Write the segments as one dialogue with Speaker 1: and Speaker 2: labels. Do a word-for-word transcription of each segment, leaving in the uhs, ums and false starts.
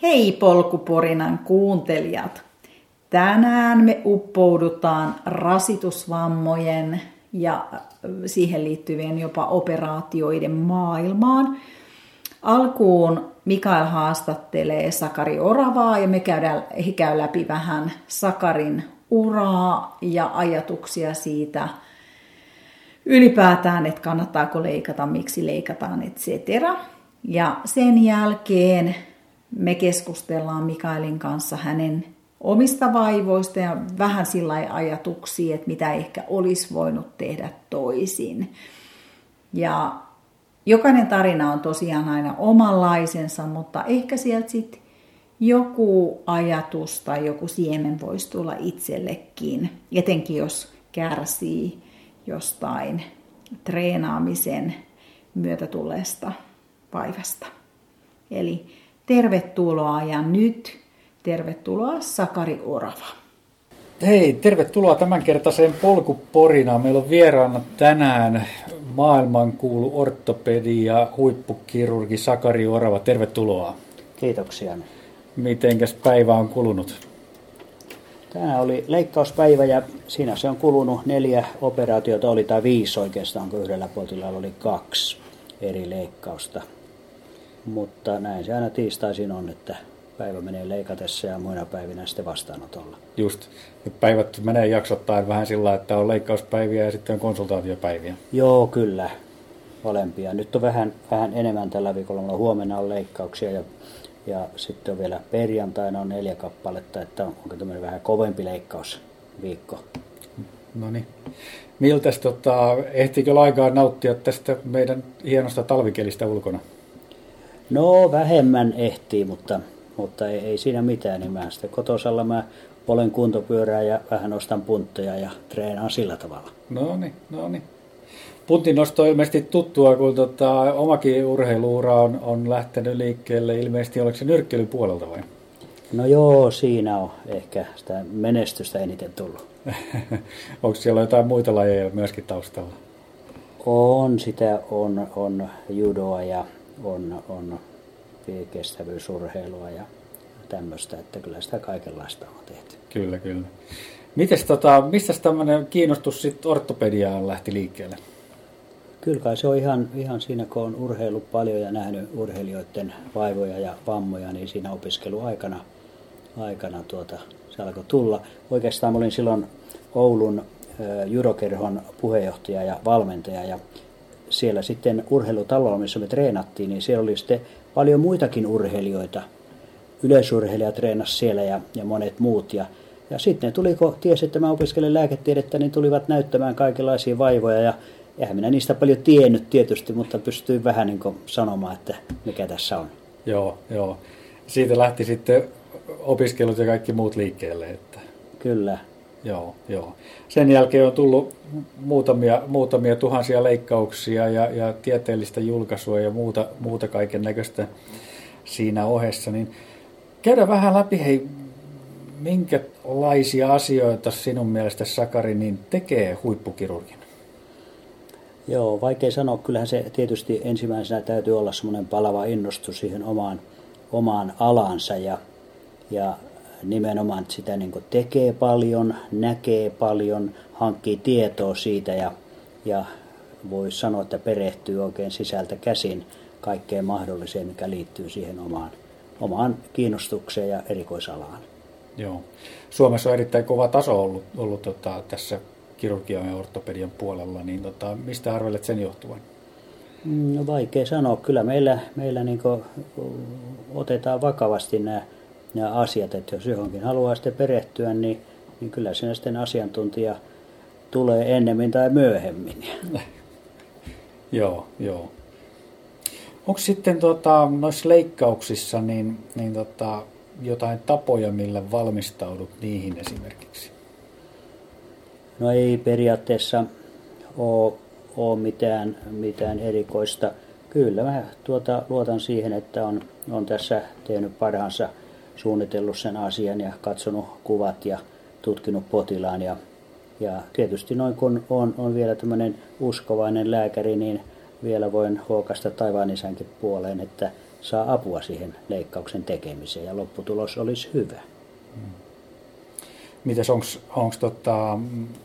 Speaker 1: Hei Polkuporinan kuuntelijat! Tänään me uppoudutaan rasitusvammojen ja siihen liittyvien jopa operaatioiden maailmaan. Alkuun Mikael haastattelee Sakari Oravaa ja me käydään, he käy läpi vähän Sakarin uraa ja ajatuksia siitä ylipäätään, että kannattaako leikata, miksi leikataan, et cetera. Ja sen jälkeen me keskustellaan Mikaelin kanssa hänen omista vaivoista ja vähän sillä ajatuksia, että mitä ehkä olisi voinut tehdä toisin. Ja jokainen tarina on tosiaan aina omanlaisensa, mutta ehkä sieltä sitten joku ajatus tai joku siemen voisi tulla itsellekin, etenkin jos kärsii jostain treenaamisen myötä tulleesta vaivasta. Eli tervetuloa ja nyt tervetuloa Sakari Orava.
Speaker 2: Hei, tervetuloa tämänkertaiseen Polkuporinaan. Meillä on vieraana tänään maailmankuulu ortopedi ja huippukirurgi Sakari Orava. Tervetuloa.
Speaker 3: Kiitoksia.
Speaker 2: Mitenkäs päivä on kulunut?
Speaker 3: Tänään oli leikkauspäivä ja siinä se on kulunut neljä operaatiota, oli tai viisi oikeastaan, kun yhdellä potilaalla oli kaksi eri leikkausta. Mutta näin se aina tiistaisin on, että päivä menee leikatessa ja muina päivinä sitten vastaanotolla.
Speaker 2: Just. Päivät menee jaksottain vähän sillä, että on leikkauspäiviä ja sitten on konsultaatiopäiviä.
Speaker 3: Joo, kyllä. Molempia. Nyt on vähän, vähän enemmän tällä viikolla. Huomenna on leikkauksia ja, ja sitten on vielä perjantaina on neljä kappaletta, että onko tämmöinen vähän kovempi leikkausviikko.
Speaker 2: No niin. Miltäs tota, ehtikö aikaa nauttia tästä meidän hienosta talvikelistä ulkona?
Speaker 3: No vähemmän ehtii, mutta, mutta ei, ei siinä mitään. Niin mä sitten kotosalla mä polen kuntopyörää ja vähän ostan puntteja ja treenaan sillä tavalla.
Speaker 2: No niin, no niin. Puntin nosto on ilmeisesti tuttua, kun tota, omakin urheiluura on, on lähtenyt liikkeelle. Ilmeisesti oliko se nyrkkeilyn puolelta vai?
Speaker 3: No joo, siinä on ehkä sitä menestystä eniten tullut.
Speaker 2: Onko siellä jotain muita lajeja myöskin taustalla?
Speaker 3: On, sitä on, on judoa ja on, on kestävyysurheilua ja tämmöistä, että kyllä sitä kaikenlaista on tehty.
Speaker 2: Kyllä, kyllä. Mites, tota, mistä tämmöinen kiinnostus sitten ortopediaan lähti liikkeelle?
Speaker 3: Kyllä kai se on ihan, ihan siinä, kun on urheillut paljon ja nähnyt urheilijoiden vaivoja ja vammoja, niin siinä opiskeluaikana aikana tuota, se alkoi tulla. Oikeastaan olin silloin Oulun judokerhon puheenjohtaja ja valmentaja ja siellä sitten urheilutalolla, missä me treenattiin, niin siellä oli sitten paljon muitakin urheilijoita. Yleisurheilijat treenasi siellä ja, ja monet muut. Ja, ja sitten ne tuli, kun tiesi, että mä opiskelen lääketiedettä, niin tulivat näyttämään kaikenlaisia vaivoja. Ja eihän minä niistä paljon tiennyt tietysti, mutta pystyin vähän niin kuin sanomaan, että mikä tässä on.
Speaker 2: Joo, joo. Siitä lähti sitten opiskelut ja kaikki muut liikkeelle. Että...
Speaker 3: Kyllä.
Speaker 2: Joo, joo. Sen jälkeen on tullut muutamia, muutamia tuhansia leikkauksia ja, ja tieteellistä julkaisua ja muuta, muuta kaiken näköistä siinä ohessa. Niin käydään vähän läpi, hei, minkälaisia asioita sinun mielestä Sakari niin tekee huippukirurgin?
Speaker 3: Joo, vaikea sanoa. Kyllähän se tietysti ensimmäisenä täytyy olla semmoinen palava innostus siihen omaan, omaan alansa ja, ja nimenomaan sitä niin kuin tekee paljon, näkee paljon, hankkii tietoa siitä ja, ja voi sanoa, että perehtyy oikein sisältä käsin kaikkeen mahdolliseen, mikä liittyy siihen omaan, omaan kiinnostukseen ja erikoisalaan.
Speaker 2: Joo. Suomessa on erittäin kova taso ollut, ollut tota, tässä kirurgian ja ortopedian puolella, niin tota, mistä arvelet sen johtuvan?
Speaker 3: No vaikea sanoa. Kyllä meillä, meillä niin kuin otetaan vakavasti nämä nämä asiat, että jos johonkin haluaa sitten perehtyä, niin, niin kyllä siinä sitten asiantuntija tulee ennemmin tai myöhemmin.
Speaker 2: Joo, joo. Onko sitten tota, noissa leikkauksissa niin, niin tota, jotain tapoja, millä valmistaudut niihin esimerkiksi?
Speaker 3: No ei periaatteessa ole, ole mitään, mitään erikoista. Kyllä mä tuota, luotan siihen, että on, on tässä tehnyt parhaansa, suunnitellut sen asian ja katsonut kuvat ja tutkinut potilaan. Ja, ja tietysti noin kun on, on vielä tämmöinen uskovainen lääkäri, niin vielä voin huokasta taivaan isänkin puoleen, että saa apua siihen leikkauksen tekemiseen ja lopputulos olisi hyvä.
Speaker 2: Hmm. Mites onko tota,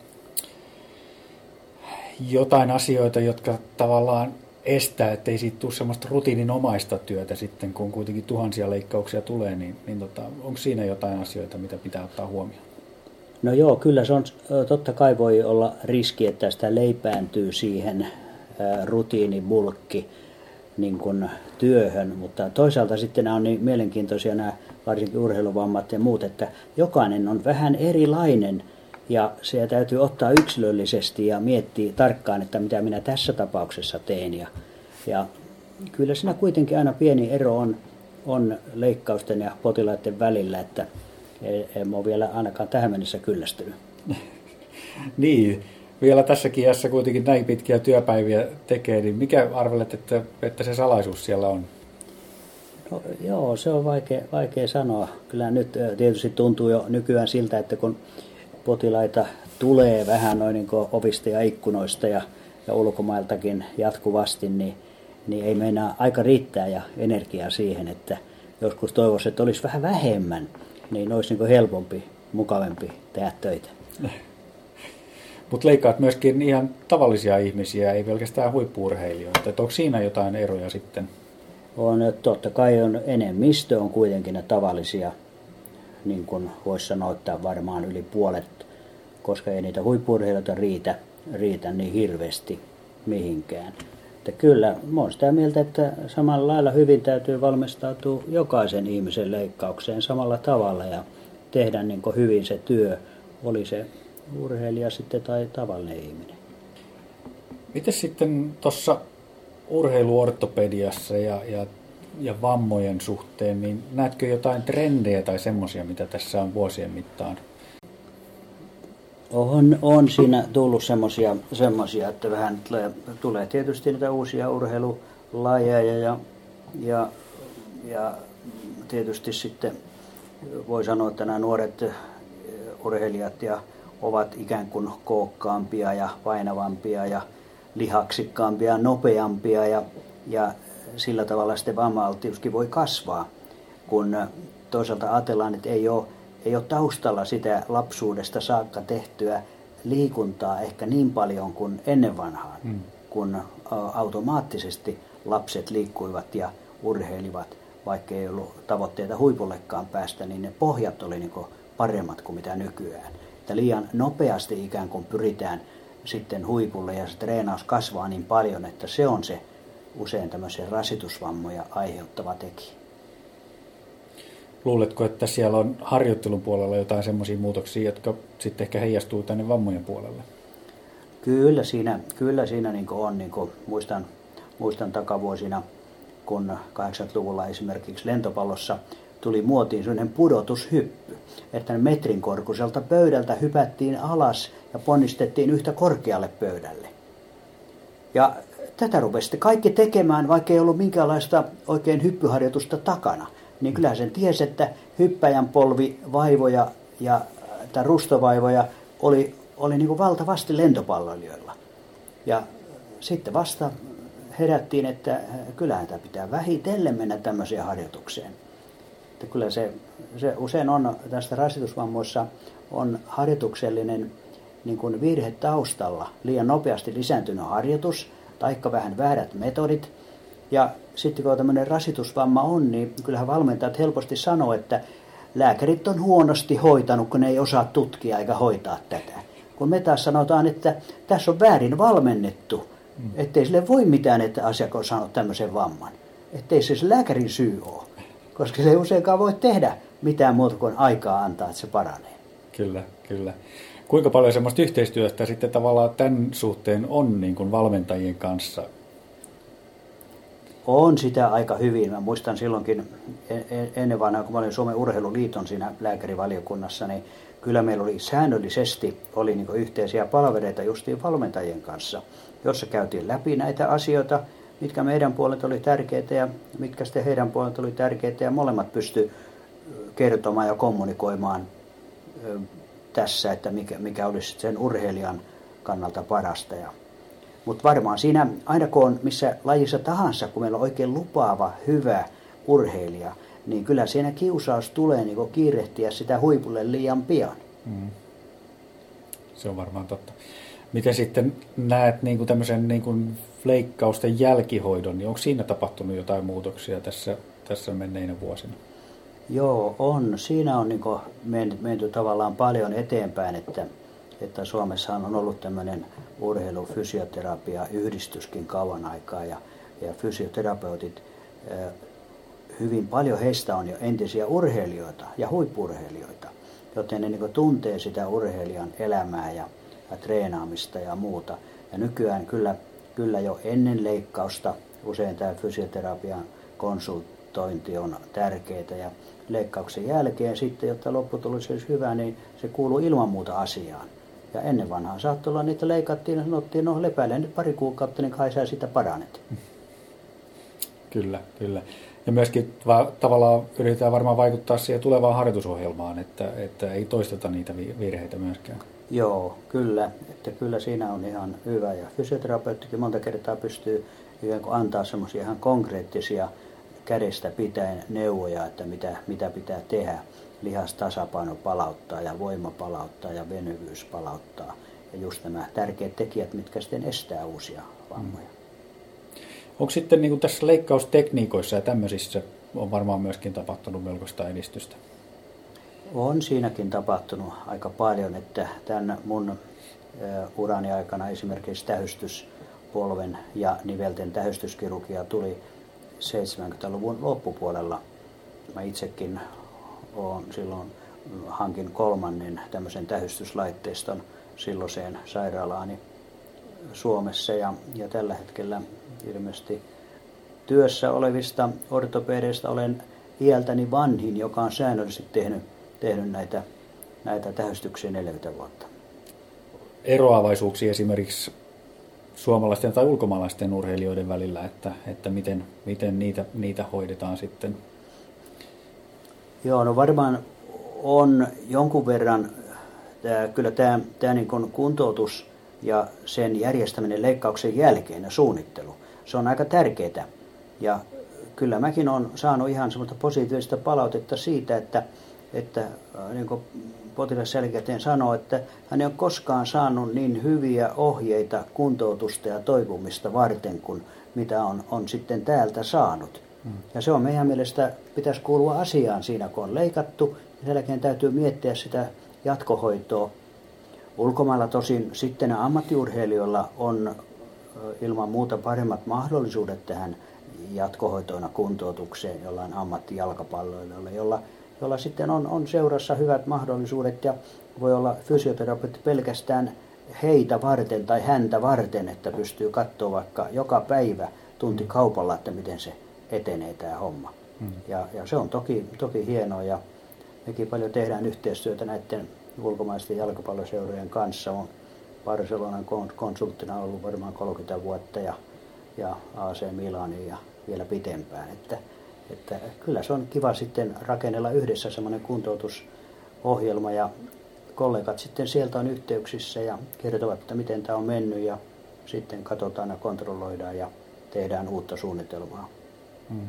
Speaker 2: jotain asioita, jotka tavallaan estää, ettei siitä tule semmoista rutiininomaista työtä sitten, kun kuitenkin tuhansia leikkauksia tulee, niin, niin tota, onko siinä jotain asioita, mitä pitää ottaa huomioon?
Speaker 3: No joo, kyllä se on, totta kai voi olla riski, että sitä leipääntyy siihen rutiinibulkki niin kuin työhön, mutta toisaalta sitten nämä on niin mielenkiintoisia nämä varsinkin urheiluvammat ja muut, että jokainen on vähän erilainen ja se täytyy ottaa yksilöllisesti ja miettiä tarkkaan, että mitä minä tässä tapauksessa teen. Ja, ja kyllä siinä kuitenkin aina pieni ero on, on leikkausten ja potilaiden välillä, että en ole vielä ainakaan tähän mennessä kyllästynyt.
Speaker 2: Niin, vielä tässäkin iässä kuitenkin näin pitkiä työpäiviä tekee, niin mikä arvelet, että, että se salaisuus siellä on?
Speaker 3: No, joo, se on vaikea, vaikea sanoa. Kyllä nyt tietysti tuntuu jo nykyään siltä, että kun potilaita tulee vähän noin niin kuin ovista ja ikkunoista ja, ja ulkomailtakin jatkuvasti, niin, niin ei meinaa aika riittää ja energiaa siihen, että joskus toivoisi, että olisi vähän vähemmän, niin olisi niin kuin helpompi, mukavampi tehdä töitä.
Speaker 2: Mutta leikkaat myöskin ihan tavallisia ihmisiä, ei pelkästään huippu-urheilijoita. Onko siinä jotain eroja sitten?
Speaker 3: On, totta kai on enemmistö on kuitenkin ne tavallisia, niin kuin voisi sanoa, että varmaan yli puolet, koska ei niitä huippu-urheilijoita riitä, riitä niin hirveästi mihinkään. Että kyllä, olen sitä mieltä, että samalla lailla hyvin täytyy valmistautua jokaisen ihmisen leikkaukseen samalla tavalla ja tehdä niin kuin hyvin se työ, oli se urheilija sitten tai tavallinen ihminen.
Speaker 2: Miten sitten tuossa urheiluortopediassa ja, ja, ja vammojen suhteen, niin näetkö jotain trendejä tai semmoisia, mitä tässä on vuosien mittaan?
Speaker 3: On, on siinä tullut semmoisia, semmoisia, että vähän tulee, tulee tietysti niitä uusia urheilulajeja ja, ja, ja tietysti sitten voi sanoa, että nämä nuoret urheilijat ja ovat ikään kuin kookkaampia ja painavampia ja lihaksikkaampia ja nopeampia ja, ja sillä tavalla sitten vamma-alttiuskin voi kasvaa, kun toisaalta ajatellaan, että ei ole, ei ole taustalla sitä lapsuudesta saakka tehtyä liikuntaa ehkä niin paljon kuin ennen vanhaan, mm. kun automaattisesti lapset liikkuivat ja urheilivat, vaikka ei ollut tavoitteita huipullekaan päästä, niin ne pohjat oli niin kuin paremmat kuin mitä nykyään. Että liian nopeasti ikään kuin pyritään sitten huipulle ja se treenaus kasvaa niin paljon, että se on se usein tämmöisiä rasitusvammoja aiheuttava tekijä.
Speaker 2: Luuletko, että siellä on harjoittelun puolella jotain semmoisia muutoksia, jotka sitten ehkä heijastuu tänne vammojen puolelle?
Speaker 3: Kyllä siinä, kyllä siinä niin kuin on. Niin kuin muistan, muistan takavuosina, kun kahdeksankymmentäluvulla esimerkiksi lentopallossa tuli muotiin sellainen pudotushyppy, että metrin korkuiselta pöydältä hypättiin alas ja ponnistettiin yhtä korkealle pöydälle. Ja tätä rupesi kaikki tekemään, vaikka ei ollut minkäänlaista oikein hyppyharjoitusta takana. Niin kyllähän sen tiesi, että hyppäjän polvi vaivoja ja tai rustovaivoja oli, oli niin kuin valtavasti lentopalloilijoilla. Ja sitten vasta herättiin, että kyllähän tämä pitää vähitellen mennä tämmöiseen harjoitukseen. Että kyllä se, se usein on tästä rasitusvammoissa on harjoituksellinen niin kuin virhe taustalla, liian nopeasti lisääntynyt harjoitus, taikka vähän väärät metodit. Ja sitten kun tämmöinen rasitusvamma on, niin kyllähän valmentajat helposti sanoo, että lääkärit on huonosti hoitanut, kun ne ei osaa tutkia eikä hoitaa tätä. Kun me taas sanotaan, että tässä on väärin valmennettu, ettei sille voi mitään, että asiakas on saanut tämmöisen vamman. Ettei se se lääkärin syy ole, koska se ei useinkaan voi tehdä mitään muuta kuin aikaa antaa, että se paranee.
Speaker 2: Kyllä, kyllä. Kuinka paljon semmoista yhteistyötä sitten tavallaan tämän suhteen on niin kuin valmentajien kanssa?
Speaker 3: On sitä aika hyvin. Mä muistan silloinkin ennen vanhaa, kun mä olin Suomen Urheiluliiton siinä lääkärivaliokunnassa, niin kyllä meillä oli säännöllisesti oli niin kuin yhteisiä palvereita justiin valmentajien kanssa, jossa käytiin läpi näitä asioita, mitkä meidän puolelta oli tärkeitä ja mitkä sitten heidän puolelta oli tärkeitä, ja molemmat pysty kertomaan ja kommunikoimaan tässä, että mikä, mikä olisi sen urheilijan kannalta parasta. Mutta varmaan siinä, aina kun on missä lajissa tahansa, kun meillä on oikein lupaava, hyvä urheilija, niin kyllä siinä kiusaus tulee niin kuin kiirehtiä sitä huipulle liian pian.
Speaker 2: Mm. Se on varmaan totta. Miten sitten näet niin kuin tämmöisen niin kuin leikkausten jälkihoidon, niin onko siinä tapahtunut jotain muutoksia tässä, tässä menneinä vuosina?
Speaker 3: Joo, on. Siinä on niin kuin menty, menty tavallaan paljon eteenpäin, että, että Suomessahan on ollut tämmöinen urheilufysioterapia-yhdistyskin kauan aikaa, ja, ja fysioterapeutit, hyvin paljon heistä on jo entisiä urheilijoita ja huippu-urheilijoita, joten ne niin kuin tuntee sitä urheilijan elämää ja, ja treenaamista ja muuta. Ja nykyään kyllä, kyllä jo ennen leikkausta usein tämä fysioterapian konsultointi on tärkeää, ja leikkauksen jälkeen sitten, jotta lopputulos olisi hyvä, niin se kuuluu ilman muuta asiaan. Ja ennen vanhaa saattoi olla, niitä leikattiin ja sanottiin, no lepäile nyt pari kuukautta, niin kai sä sitä paranet.
Speaker 2: Kyllä, kyllä. Ja myöskin va- tavallaan yritetään varmaan vaikuttaa siihen tulevaan harjoitusohjelmaan, että, että ei toisteta niitä virheitä myöskään.
Speaker 3: Joo, kyllä. Että kyllä siinä on ihan hyvä. Ja fysioterapeuttikin monta kertaa pystyy antaa semmoisia ihan konkreettisia kädestä pitäen neuvoja, että mitä, mitä pitää tehdä. Lihastasapaino palauttaa ja voima palauttaa ja venyvyys palauttaa. Ja just nämä tärkeät tekijät, mitkä sitten estää uusia vammoja. Mm.
Speaker 2: Onko sitten niin kuin tässä leikkaustekniikoissa ja tämmöisissä on varmaan myöskin tapahtunut melkoista edistystä?
Speaker 3: On siinäkin tapahtunut aika paljon, että tämän mun urani aikana esimerkiksi tähystyspolven ja nivelten tähystyskirurgia tuli seitsemänkymmentäluvun loppupuolella. Mä itsekin olen silloin hankin kolmannen tämmöisen tähystyslaitteiston silloiseen sairaalaani Suomessa, ja, ja tällä hetkellä ilmeisesti työssä olevista ortopedeista olen iältäni vanhin, joka on säännöllisesti tehnyt, tehnyt näitä, näitä tähystyksiä neljäkymmentä vuotta.
Speaker 2: Eroavaisuuksia esimerkiksi suomalaisten tai ulkomaalaisten urheilijoiden välillä, että, että miten, miten niitä, niitä hoidetaan sitten?
Speaker 3: Joo, no varmaan on jonkun verran, tää, kyllä tämä, tämä niin kuin kuntoutus ja sen järjestäminen leikkauksen jälkeen ja suunnittelu, se on aika tärkeää. Ja kyllä mäkin olen saanut ihan semmoista positiivista palautetta siitä, että, että niin kuin potilas jälkikäteen sanoo, että hän ei ole koskaan saanut niin hyviä ohjeita kuntoutusta ja toipumista varten kuin mitä on, on sitten täältä saanut. Hmm. Ja se on meidän mielestä, pitäisi kuulua asiaan siinä, kun on leikattu. Sen jälkeen täytyy miettiä sitä jatkohoitoa. Ulkomailla tosin sitten ammattiurheilijoilla on ilman muuta paremmat mahdollisuudet tähän jatkohoitoina kuntoutukseen jollain ammattijalkapalloilijoilla, jolla, jolla sitten on, on seurassa hyvät mahdollisuudet ja voi olla fysioterapeutti pelkästään heitä varten tai häntä varten, että pystyy katsoa vaikka joka päivä tunti kaupalla, että miten se etenee tämä homma. Mm. Ja, ja se on toki, toki hienoa, ja mekin paljon tehdään yhteistyötä näiden ulkomaisten jalkapalloseurojen kanssa. On Barcelonan konsulttina ollut varmaan kolmekymmentä vuotta ja, ja A C Milanin ja vielä pitempään. Että, että kyllä se on kiva sitten rakennella yhdessä semmoinen kuntoutusohjelma, ja kollegat sitten sieltä on yhteyksissä ja kertovat, että miten tämä on mennyt, ja sitten katsotaan ja kontrolloidaan ja tehdään uutta suunnitelmaa. Hmm.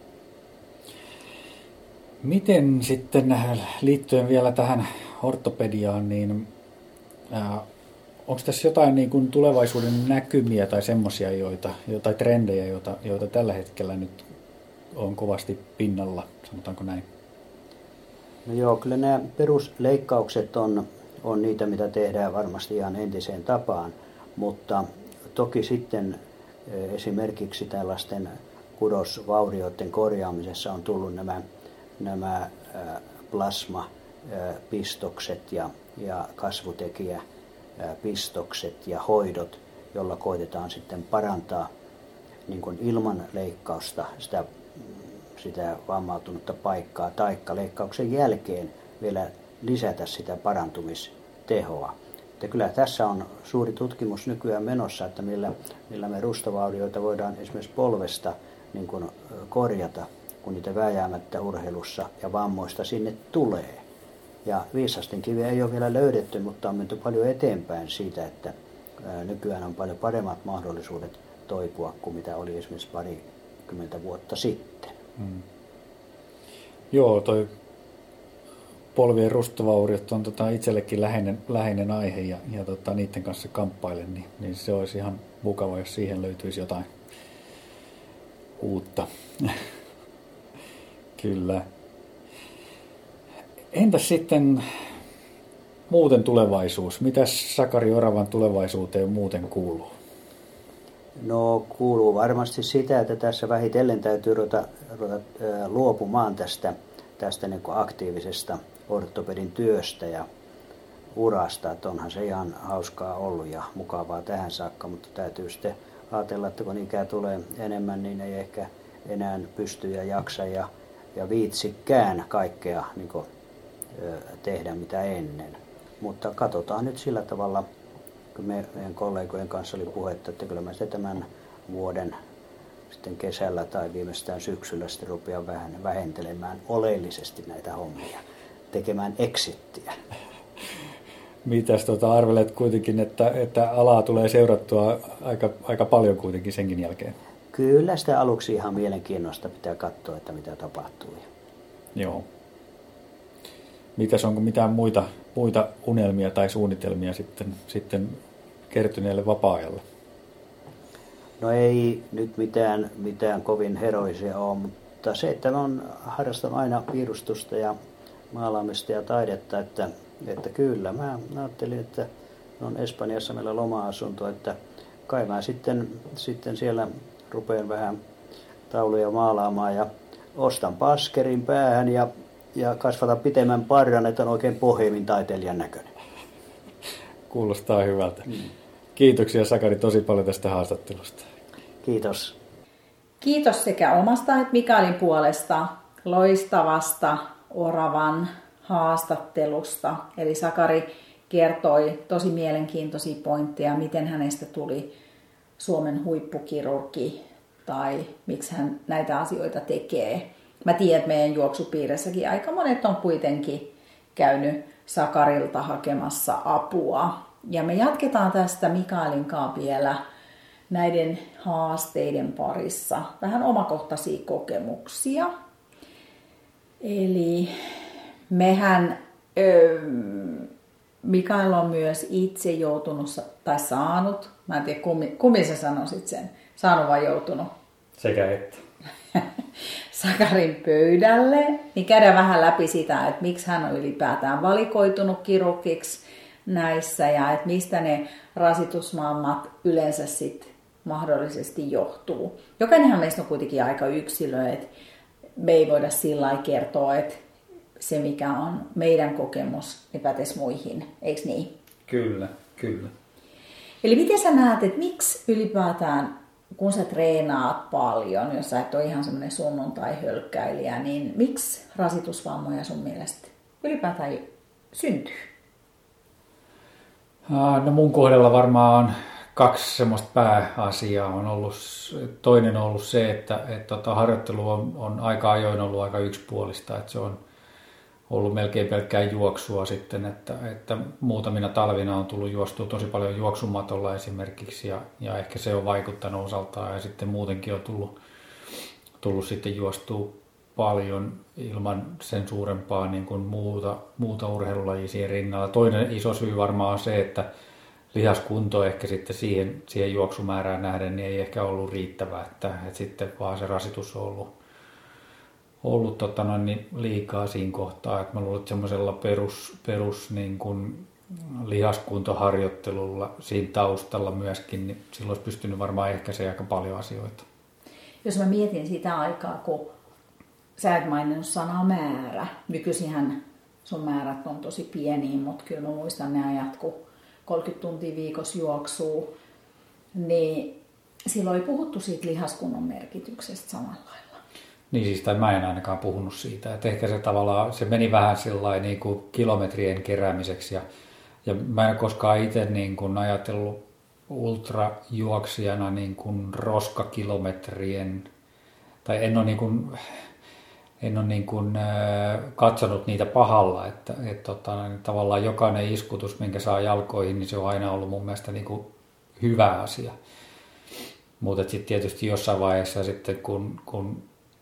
Speaker 2: Miten sitten liittyen vielä tähän ortopediaan, niin ää, onko tässä jotain niin kuin tulevaisuuden näkymiä tai semmoisia, joita, tai trendejä, joita, joita tällä hetkellä nyt on kovasti pinnalla, sanotaanko näin?
Speaker 3: No joo, kyllä nämä perusleikkaukset on, on niitä, mitä tehdään varmasti ihan entiseen tapaan, mutta toki sitten esimerkiksi tällaisten kudosvaurioiden korjaamisessa on tullut nämä, nämä plasmapistokset ja, ja kasvutekijäpistokset ja hoidot, jolla koitetaan sitten parantaa niin kuin ilman leikkausta sitä, sitä vammautunutta paikkaa, taikka leikkauksen jälkeen vielä lisätä sitä parantumistehoa. Että kyllä tässä on suuri tutkimus nykyään menossa, että millä, millä me rustovaurioita voidaan esimerkiksi polvesta niin kuin korjata, kun niitä vääjäämättä urheilussa ja vammoista sinne tulee. Ja viisastinkiviä ei ole vielä löydetty, mutta on menty paljon eteenpäin siitä, että nykyään on paljon paremmat mahdollisuudet toipua kuin mitä oli esimerkiksi parikymmentä vuotta sitten. Hmm.
Speaker 2: Joo, toi polvien rustovauriot on tota itsellekin läheinen, läheinen aihe ja, ja tota, niiden kanssa kamppailen, niin, niin se olisi ihan mukava, jos siihen löytyisi jotain uutta. Kyllä. Entäs sitten muuten tulevaisuus? Mitäs Sakari Oravan tulevaisuuteen muuten kuuluu?
Speaker 3: No kuuluu varmasti sitä, että tässä vähitellen täytyy ruveta, ruveta luopumaan tästä, tästä niin kuin aktiivisesta ortopedin työstä ja urasta. Että onhan se ihan hauskaa ollut ja mukavaa tähän saakka, mutta täytyy sitten ajatella, että kun ikää tulee enemmän, niin ei ehkä enää pysty ja jaksa ja, ja viitsikään kaikkea niin kuin, tehdä mitä ennen. Mutta katsotaan nyt sillä tavalla, kun me, meidän kollegojen kanssa oli puhetta, että kyllä mä sitten tämän vuoden sitten kesällä tai viimeistään syksyllä sitten rupean vähän vähentelemään oleellisesti näitä hommia, tekemään exittiä.
Speaker 2: Mitäs tota, arvelet kuitenkin, että, että alaa tulee seurattua aika, aika paljon kuitenkin senkin jälkeen?
Speaker 3: Kyllä sitä aluksi ihan mielenkiinnosta pitää katsoa, että mitä tapahtuu.
Speaker 2: Joo. Mitäs onko mitään muita, muita unelmia tai suunnitelmia sitten, sitten kertyneelle vapaa-ajalle?
Speaker 3: No ei nyt mitään, mitään kovin heroisia ole, mutta se, että mä oon harrastanut aina piirustusta ja maalaamista ja taidetta, että, että kyllä mä ajattelin, että on Espanjassa meillä loma-asunto, että kai mä sitten, sitten siellä rupean vähän tauluja maalaamaan ja ostan paskerin päähän ja ja kasvata pitemmän parran, että on oikein pohjimin taiteilijan näköinen.
Speaker 2: Kuulostaa hyvältä. Mm. Kiitoksia Sakari tosi paljon tästä haastattelusta.
Speaker 3: Kiitos.
Speaker 1: Kiitos sekä omasta että Mikaelin puolesta loistavasta Oravan haastattelusta. Eli Sakari kertoi tosi mielenkiintoisia pointteja, miten hänestä tuli Suomen huippukirurgi tai miksi hän näitä asioita tekee. Mä tiedän, että meidän juoksupiirissäkin aika monet on kuitenkin käynyt Sakarilta hakemassa apua. Ja me jatketaan tästä Mikaelin kanssa vielä näiden haasteiden parissa. Vähän omakohtaisia kokemuksia. Eli mehän, öö, Mikael on myös itse joutunut tai saanut, mä en tiedä kummin, kummin sä sanoisit sen, saanut vai joutunut?
Speaker 2: Sekä että.
Speaker 1: Sakarin pöydälle, niin käydään vähän läpi sitä, että miksi hän on ylipäätään valikoitunut kirurgiksi näissä ja että mistä ne rasitusvammat yleensä sitten mahdollisesti johtuu. Jokainenhan meistä on kuitenkin aika yksilö, että me ei voida sillä lailla kertoa, että se mikä on meidän kokemus, niin pätesi muihin, eikö niin?
Speaker 2: Kyllä, kyllä.
Speaker 1: Eli miten sä näet, että miksi ylipäätään kun sä treenaat paljon, jos sä et ole ihan semmoinen sunnuntai-hölkkäilijä, niin miksi rasitusvammoja sun mielestä ylipäätään syntyy?
Speaker 2: No mun kohdalla varmaan kaksi semmoista pääasiaa on ollut. Toinen on ollut se, että, että, että harjoittelu on, on aika ajoin ollut aika yksipuolista, että se on ollut melkein pelkkää juoksua sitten, että, että muutamina talvina on tullut juostua tosi paljon juoksumatolla esimerkiksi ja, ja ehkä se on vaikuttanut osaltaan ja sitten muutenkin on tullut, tullut sitten juostua paljon ilman sen suurempaa niin kuin muuta, muuta urheilulajia siihen rinnalla. Toinen iso syy varmaan on se, että lihaskunto ehkä sitten siihen, siihen juoksumäärään nähden niin ei ehkä ollut riittävää, että, että sitten vaan se rasitus on ollut ollut tota noin, niin liikaa siinä kohtaa, että mä luulen, että semmoisella perus, perus niin kuin lihaskuntoharjoittelulla siinä taustalla myöskin, niin silloin olisi pystynyt varmaan ehkäisemään aika paljon asioita.
Speaker 1: Jos mä mietin sitä aikaa, kun sä et maininnut sanaa määrä, nykyisinhän sun määrät on tosi pieniä, mutta kyllä mä muistan ne ajat, kun kolmekymmentä tuntia viikossa juoksuu, niin silloin ei puhuttu siitä lihaskunnon merkityksestä samalla lailla.
Speaker 2: Niin siis, tai mä en ainakaan puhunut siitä, että ehkä se tavallaan, se meni vähän sillai niin kuin kilometrien keräämiseksi ja, ja mä en koskaan itse niin kuin ajatellut ultrajuoksijana niin kuin roskakilometrien, tai en ole niin kuin, en ole niin kuin, äh, katsonut niitä pahalla, että et, tota, niin tavallaan jokainen iskutus, minkä saa jalkoihin, niin se on aina ollut mun mielestä niin kuin hyvä asia. Mutta sitten tietysti jossain vaiheessa sitten, kun, kun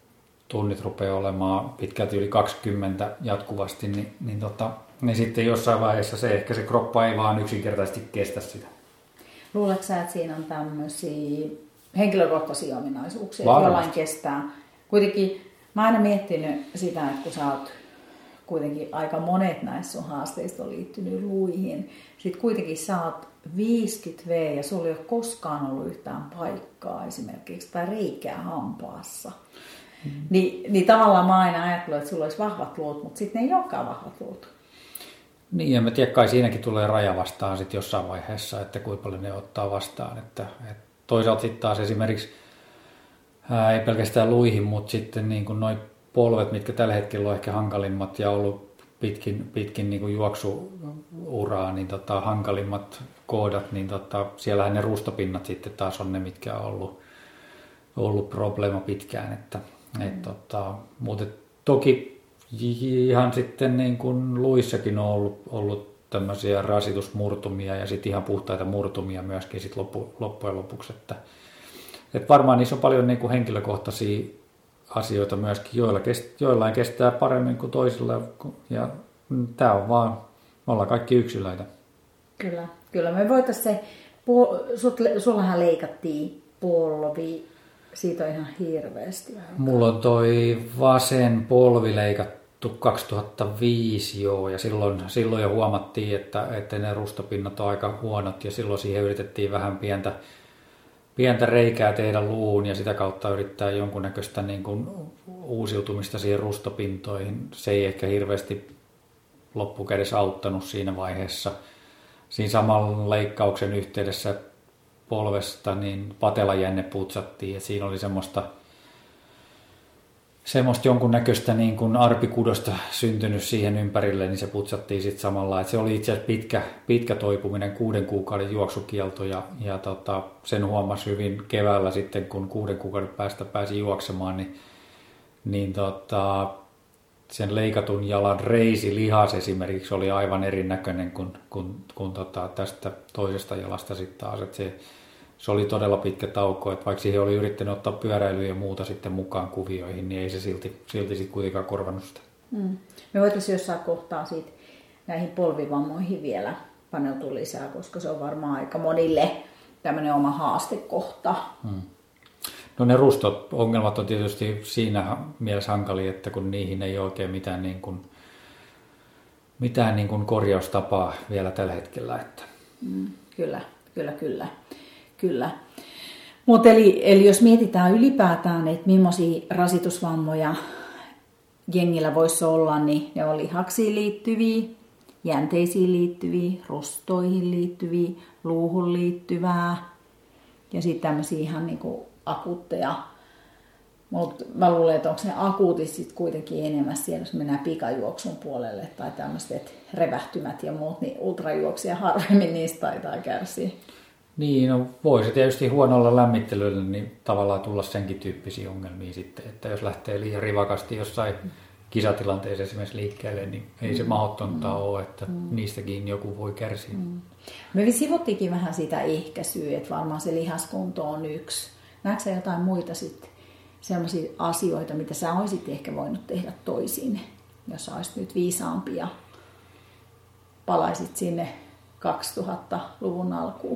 Speaker 2: tunnit rupeaa olemaan pitkälti yli kaksikymmentä jatkuvasti, niin, niin, tota, niin sitten jossain vaiheessa se ehkä se kroppa ei vaan yksinkertaisesti kestä sitä.
Speaker 1: Luuletko sä, että siinä on tämmöisiä henkilökohtaisia ominaisuuksia,
Speaker 2: Varmasti.
Speaker 1: jollain kestää? Kuitenkin mä oon aina miettinyt sitä, että kun sä oot kuitenkin aika monet näistä sun haasteista on liittynyt luihin. Sitten kuitenkin sä oot viisikymmentä vuotias ja sulla ei ole koskaan ollut yhtään paikkaa esimerkiksi tai reikää hampaassa. Mm. Ni, niin tavallaan mä aina ajattelin, että sulla olisi vahvat luut, mutta sitten ne ei olekaan vahvat luut.
Speaker 2: Niin, ja mä tiedän, kai siinäkin tulee raja vastaan sitten jossain vaiheessa, että kuinka paljon ne ottaa vastaan. Että, että toisaalta sitten taas esimerkiksi ää, ei pelkästään luihin, mutta sitten niin kuin noi polvet, mitkä tällä hetkellä on ehkä hankalimmat ja ollut pitkin, pitkin niin kuin juoksuuraa, niin tota, hankalimmat kohdat, niin tota, siellähän ne ruustopinnat sitten taas on ne, mitkä on ollut, ollut probleema pitkään. Että, mm. et, tota, mutta toki ihan sitten niin kuin luissakin on ollut, ollut tämmöisiä rasitusmurtumia ja sitten ihan puhtaita murtumia myöskin sit loppu, loppujen lopuksi. Että, et varmaan niissä on paljon niin kuin henkilökohtaisia asioita myöskin, joilla kest, joillain kestää paremmin kuin toisilla. Ja tämä on vaan, me ollaan kaikki yksilöitä.
Speaker 1: Kyllä, kyllä. Me voitaisiin se, sut, sullahan leikattiin polvi, siitä on ihan hirveästi.
Speaker 2: Mulla on toi vasen polvi leikattu kaksituhattaviisi joo, ja silloin, silloin jo huomattiin, että, että ne rustopinnat on aika huonot, ja silloin siihen yritettiin vähän pientä pientä reikää tehdä luuhun ja sitä kautta yrittää jonkunnäköistä niin kuin uusiutumista siihen rustopintoihin. Se ei ehkä hirveästi loppukädessä auttanut siinä vaiheessa. Siinä saman leikkauksen yhteydessä polvesta niin patelajänne putsattiin ja siinä oli semmoista, semmoista jonkunnäköistä niin kuin arpikudosta syntynyt siihen ympärille, niin se putsattiin sitten samalla. Et se oli itse asiassa pitkä, pitkä toipuminen, kuuden kuukauden juoksukielto ja, ja tota, sen huomasi hyvin keväällä sitten, kun kuuden kuukauden päästä pääsi juoksemaan, niin, niin tota, sen leikatun jalan reisilihas esimerkiksi oli aivan erinäköinen kuin, kuin, kuin tota, tästä toisesta jalasta sitten taas. Et se, Se oli todella pitkä tauko, että vaikka siihen oli yrittänyt ottaa pyöräilyä ja muuta sitten mukaan kuvioihin, niin ei se silti, silti sitten kuitenkaan korvannut sitä. Mm.
Speaker 1: Me voitaisiin jossain kohtaa siitä näihin polvivammoihin vielä paneutua lisää, koska se on varmaan aika monille tämmöinen oma haastekohta. Mm.
Speaker 2: No ne rusto-ongelmat on tietysti siinä mielessä hankalia, että kun niihin ei oikein mitään, niin kuin, mitään niin kuin korjaustapaa vielä tällä hetkellä. Että.
Speaker 1: Mm, kyllä, kyllä, kyllä. Kyllä. Mutta eli, eli jos mietitään ylipäätään, että millaisia rasitusvammoja jengillä voisi olla, niin ne on lihaksiin liittyviä, jänteisiin liittyviä, rustoihin liittyviä, luuhun liittyvää ja sitten tämmöisiä ihan niinku akuutteja. Mutta mä luulen, että onko ne akuutit sitten kuitenkin enemmän siellä, jos mennään pikajuoksun puolelle tai tämmöiset revähtymät ja muut, niin ultrajuoksija harvemmin niistä taitaa kärsiä.
Speaker 2: Niin, no voi se tietysti huonolla lämmittelyllä niin tavallaan tulla senkin tyyppisiä ongelmia sitten, että jos lähtee liian rivakasti jossain kisatilanteessa esimerkiksi liikkeelle, niin ei se mahdotonta mm. ole, että mm. niistäkin joku voi kärsiä. Mm.
Speaker 1: Me sivuttiinkin vähän sitä ehkäisyä, että varmaan se lihaskunto on yksi. Näetkö sä jotain muita sitten sellaisia asioita, mitä sä olisit ehkä voinut tehdä toisin, jos sä olisit nyt viisaampi ja palaisit sinne kaksituhattaluvun alkuun?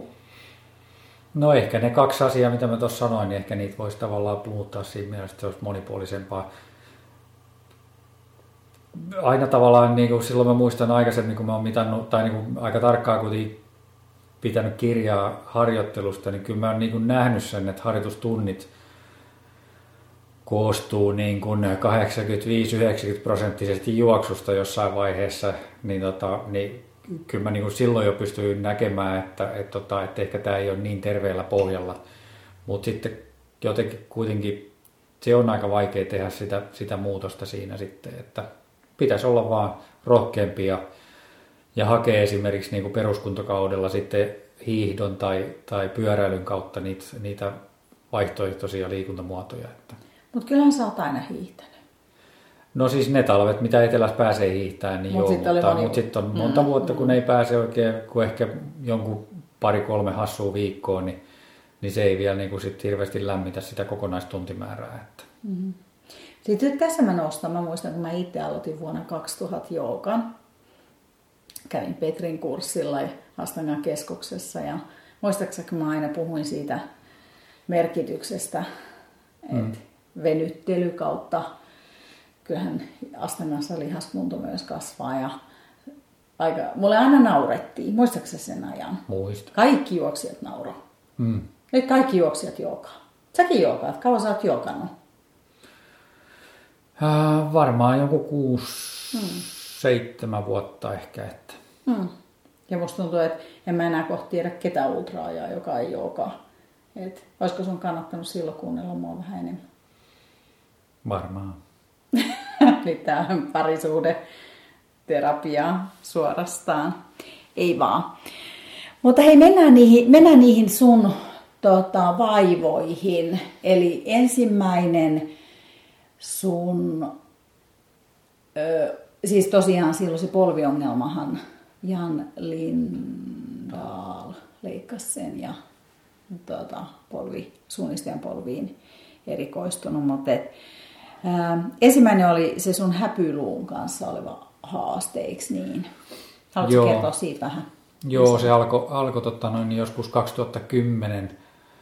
Speaker 2: No ehkä ne kaksi asiaa, mitä mä tuossa sanoin, niin ehkä niitä voisi tavallaan muuttaa siinä mielessä, että se olisi monipuolisempaa. Aina tavallaan, niin kuin silloin mä muistan aikaisemmin, kun mä oon mitannut, tai niin kuin aika tarkkaan kuitenkin pitänyt kirjaa harjoittelusta, niin kyllä mä oon niin kuin nähnyt sen, että harjoitustunnit koostuu niin kuin kahdeksankymmentäviisi yhdeksänkymmentä prosenttisesti juoksusta jossain vaiheessa, niin, tota, niin kyllä mä niin kuin silloin jo pystyin näkemään, että, että, että, että ehkä tämä ei ole niin terveellä pohjalla, mutta sitten jotenkin kuitenkin se on aika vaikea tehdä sitä, sitä muutosta siinä sitten, että pitäisi olla vaan rohkeampi ja, ja hakea esimerkiksi niin kuin peruskuntokaudella sitten hiihdon tai, tai pyöräilyn kautta niitä, niitä vaihtoehtoisia liikuntamuotoja. Mutta
Speaker 1: kyllähän sä oot aina hiihtänyt.
Speaker 2: No siis ne talvet, mitä etelässä pääsee hiihtämään, niin Mut joo, sit mutta, mutta sitten on monta mm, vuotta, kun mm. ei pääse oikein, kun ehkä jonkun pari-kolme hassua viikkoon, niin, niin se ei vielä niin kuin sit hirveästi lämmitä sitä kokonaistuntimäärää. Että.
Speaker 1: Mm. Sitten tässä mä nostan, mä muistan, kun mä itse aloitin vuonna kaksituhatta joogan. Kävin Petrin kurssilla ja Astangan keskuksessa ja muistaakseni kun mä aina puhuin siitä merkityksestä, että mm. venyttely kautta, kyllähän Astangassa lihaskunto myös kasvaa ja aika, mulle aina naurettiin. Muistaakseni sen ajan?
Speaker 2: Muista.
Speaker 1: Kaikki juoksijat nauroi.
Speaker 2: Mm.
Speaker 1: Nyt kaikki juoksijat joogaa. Säkin joogaat. Kauan sä oot joogannut?
Speaker 2: Äh, varmaan joku kuusi,
Speaker 1: hmm.
Speaker 2: seitsemän vuotta ehkä. Että.
Speaker 1: Hmm. Ja musta tuntuu, että en mä enää kohta tiedä ketään ultraajaa, joka ei joogaa. Et, olisiko sun kannattanut silloin kuunnella mua vähän enemmän?
Speaker 2: Varmaan.
Speaker 1: Nyt tää on parisuhde terapiaa suorastaan. Ei vaan. Mutta hei, mennään niihin, mennään niihin sun tota, vaivoihin. Eli ensimmäinen sun, ö, siis tosiaan silloin se polviongelmahan, Jan Lindahl leikkasi sen ja tota, polvi, suunnistajan polviin erikoistunut. Mutta et, ä, ensimmäinen oli se sun häpyluun kanssa oleva haaste, eikö niin? Haluatko kertoa siitä vähän?
Speaker 2: Joo, se alkoi alko, tota, noin joskus kaksituhattakymmenen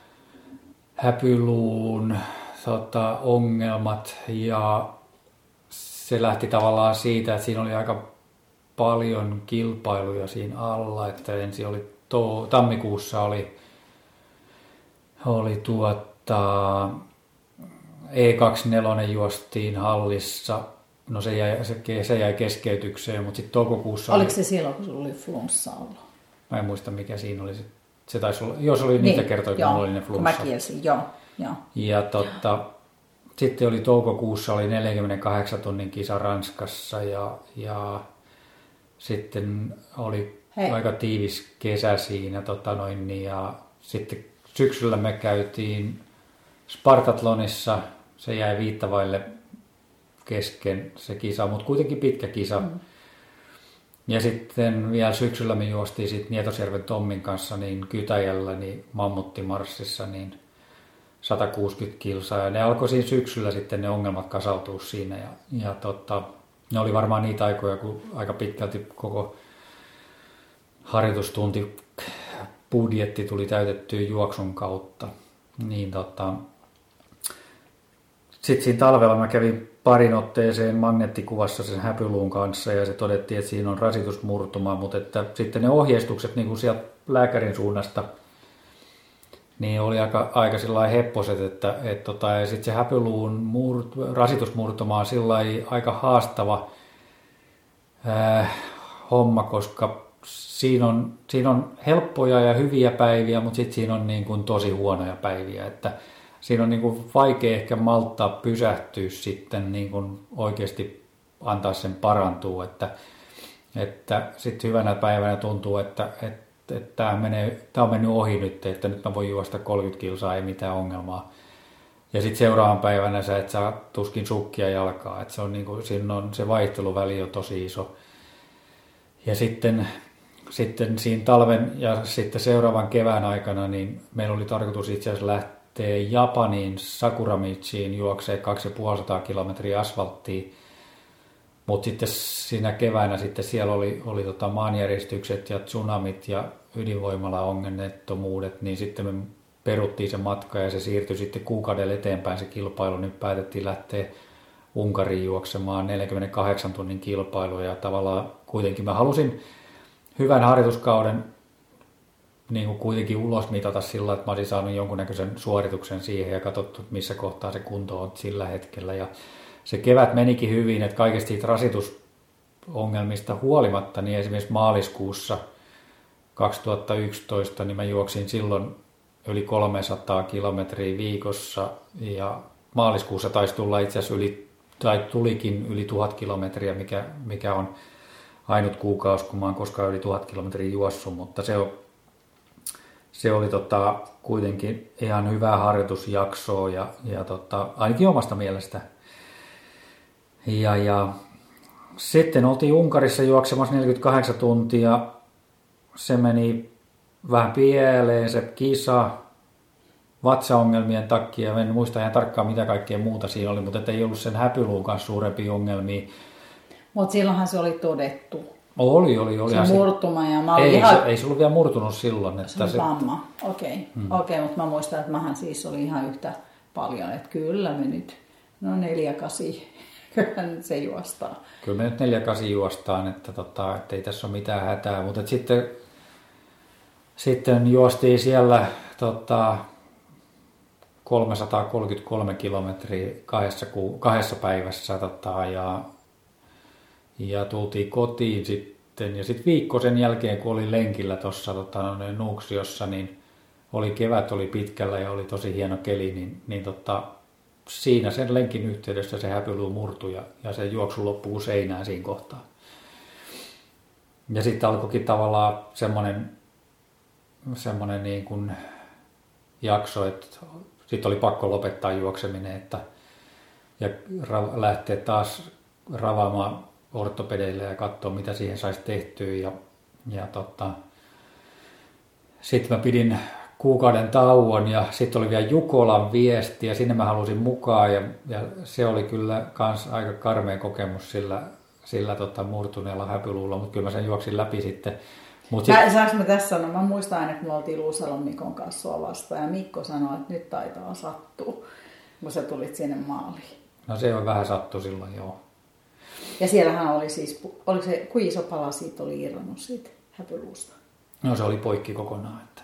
Speaker 2: häpyluun tota, ongelmat ja se lähti tavallaan siitä, että siinä oli aika paljon kilpailuja siinä alla, että ensin oli to, tammikuussa oli, oli tuota, E kaksikymmentäneljä juostiin hallissa. No se jäi, se, se jäi keskeytykseen, mutta sitten toukokuussa...
Speaker 1: Oliko
Speaker 2: oli,
Speaker 1: se silloin, kun sulla oli flunssa ollut?
Speaker 2: Mä en muista, mikä siinä oli. Se, se taisi olla, joo, se oli niin, niitä kertoja, kun mulla oli ne flunssa.
Speaker 1: Kun mä kielsin, joo. joo.
Speaker 2: Ja tota, sitten oli toukokuussa oli neljänkymmenenkahdeksan tunnin kisa Ranskassa ja, ja sitten oli Hei. aika tiivis kesä siinä. Tota noin, ja sitten syksyllä me käytiin Spartatlonissa, se jäi viittavaille kesken se kisa, mutta kuitenkin pitkä kisa. Mm. Ja sitten vielä syksyllä me juostiin sit Nietosjärven Tommin kanssa niin Kytäjällä niin Mammuttimarssissa niin sata kuusikymmentä kilsaa. Ja ne alkoi siinä syksyllä sitten ne ongelmat kasautua siinä. Ja, ja tota, ne oli varmaan niitä aikoja, kun aika pitkälti koko harjoitustunti budjetti tuli täytettyä juoksun kautta. Niin tota, sitten siinä talvella mä kävin parin otteeseen magneettikuvassa sen häpyluun kanssa ja se todettiin, että siinä on rasitusmurtuma, mutta että sitten ne ohjeistukset niin kuin sieltä lääkärin suunnasta niin oli aika, aika sillain hepposet, että et tota, ja sitten se häpyluun murt, rasitusmurtuma on sillain aika haastava äh, homma, koska siinä on, siinä on helppoja ja hyviä päiviä, mutta sitten siinä on niin kuin tosi huonoja päiviä, että siinä on niin kuin vaikea ehkä malttaa pysähtyä sitten niin kuin oikeasti antaa sen parantua, että, että sitten hyvänä päivänä tuntuu, että, että, että tämä, menee, tämä on mennyt ohi nyt, että nyt mä voin juosta kolmekymmentä kilsaa, ei mitään ongelmaa. Ja sitten seuraavan päivänä sä et saa tuskin sukkia jalkaa, että se on niin kuin, siinä on, se vaihteluväli on tosi iso. Ja sitten, sitten siinä talven ja sitten seuraavan kevään aikana niin meillä oli tarkoitus itse asiassa lähteä Japaniin Sakuramichiin juoksee kaksituhattaviisisataa kilometriä asfalttia, mutta sitten siinä keväänä sitten siellä oli, oli tota maanjäristykset ja tsunamit ja ydinvoimala-onnettomuudet, niin sitten me peruttiin se matka ja se siirtyi sitten kuukauden eteenpäin se kilpailu, niin päätettiin lähteä Unkariin juoksemaan neljänkymmenenkahdeksan tunnin kilpailua ja tavallaan kuitenkin mä halusin hyvän harjoituskauden niin kuin kuitenkin ulos mitata sillä, että mä olisin saanut jonkunnäköisen suorituksen siihen ja katsottu, missä kohtaa se kunto on sillä hetkellä. Ja se kevät menikin hyvin, että kaikesta siitä rasitusongelmista huolimatta, niin esimerkiksi maaliskuussa kaksituhattayksitoista niin mä juoksin silloin yli kolmesataa kilometriä viikossa ja maaliskuussa taisi tulla itse asiassa yli, tai tulikin yli tuhat kilometriä, mikä, mikä on ainut kuukausi, kun mä oon koskaan yli tuhat kilometriä juossut, mutta se on Se oli tota, kuitenkin ihan hyvää harjoitusjaksoa ja, ja tota, ainakin omasta mielestä. Ja, ja sitten oltiin Unkarissa juoksemassa neljäkymmentäkahdeksan tuntia. Se meni vähän pieleen se kisa. vatsaongelmien takia. En muista ihan tarkkaan mitä kaikkea muuta siinä oli, mutta ei ollut sen häpyluun kanssa suurempia ongelmia.
Speaker 1: Mutta silloinhan se oli todettu.
Speaker 2: Oli, oli. oli.
Speaker 1: Se murtuma ja mä olin
Speaker 2: ei,
Speaker 1: ihan...
Speaker 2: se, ei se ollut vielä murtunut silloin. Että
Speaker 1: se oli
Speaker 2: se...
Speaker 1: vamma, okei. Okay. Hmm. Okei, okay, mutta mä muistan, että mähän siis oli ihan yhtä paljon, että kyllä me nyt, no neljä kasi, kyllä nyt se juostaa.
Speaker 2: Kyllä me nyt neljä kasi juostaan, että, tota, että ei tässä ole mitään hätää, mutta sitten, sitten juostiin siellä tota, kolmesataakolmekymmentäkolme kilometriä kahdessa, kahdessa päivässä tota, ja, ja tultiin kotiin sitten. Ja sitten viikko sen jälkeen, kun oli lenkillä tuossa tota, Nuuksiossa, niin oli kevät, oli pitkällä ja oli tosi hieno keli, niin, niin tota, siinä sen lenkin yhteydessä se häpyluu murtui ja, ja se juoksu loppuu seinään siinä kohtaa. Ja sitten alkoikin tavallaan semmoinen, semmoinen niin kuin jakso, että sitten oli pakko lopettaa juokseminen että, ja ra- lähteä taas ravaamaan ortopedeille ja katsoa, mitä siihen saisi tehtyä. Ja, ja tota, sitten mä pidin kuukauden tauon ja sitten oli vielä Jukolan viesti ja sinne mä halusin mukaan ja, ja se oli kyllä kans aika karmea kokemus sillä, sillä tota, murtuneella häpyluulla, mutta kyllä mä sen juoksin läpi sitten. Mut sit...
Speaker 1: Saanko mä tässä sanoa? Mä muistan aina, että me oltiin Luusalon Mikon kanssa sua vastaan ja Mikko sanoi, että nyt taitaa sattua, kun sä tulit sinne maaliin.
Speaker 2: No se on vähän sattu silloin, joo.
Speaker 1: Ja siellähän oli siis, oliko se, kuin iso pala siitä oli irronnut siitä häpyluusta?
Speaker 2: No se oli poikki kokonaan. Että...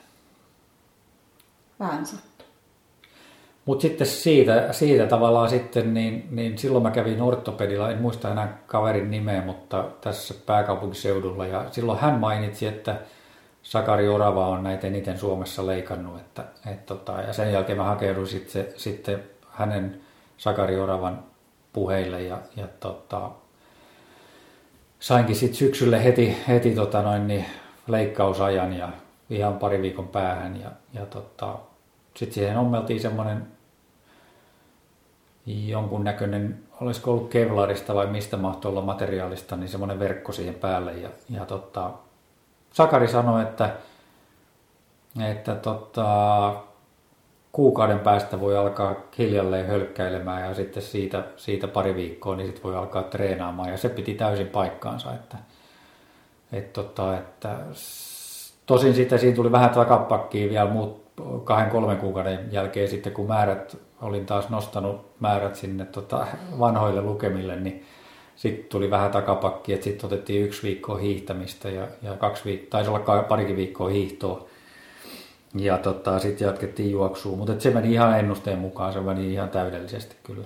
Speaker 1: Vähän sattu.
Speaker 2: Mutta sitten siitä, siitä tavallaan sitten, niin, niin silloin mä kävin ortopedilla, en muista enää kaverin nimeä, mutta tässä pääkaupunkiseudulla. Ja silloin hän mainitsi, että Sakari Orava on näitä eniten Suomessa leikannut. Että, et tota, ja sen jälkeen mä hakeuduin sitten, sitten hänen Sakari Oravan puheille ja, ja tota, sainkin sitten syksylle heti, heti tota noin, niin leikkausajan ja ihan pari viikon päähän. Ja, ja tota, sitten siihen ommeltiin semmoinen jonkunnäköinen, olisiko ollut kevlarista vai mistä mahtoi olla materiaalista, niin semmoinen verkko siihen päälle. Ja, ja tota, Sakari sanoi, että, että tota, kuukauden päästä voi alkaa hiljalleen hölkkäilemään ja sitten siitä, siitä pari viikkoa niin sitten voi alkaa treenaamaan. Ja se piti täysin paikkaansa. Että, et tota, että, tosin sitten siinä tuli vähän takapakkiin vielä muut kahden kolmen kuukauden jälkeen sitten, kun määrät, olin taas nostanut määrät sinne tota, vanhoille lukemille, niin sitten tuli vähän takapakki, että sitten otettiin yksi viikkoa hiihtämistä ja, ja kaksi viikkoa, taisi olla parikin viikkoa hiihtoa. Ja tota, sitten jatkettiin juoksua, mutta se meni ihan ennusteen mukaan, se meni ihan täydellisesti kyllä.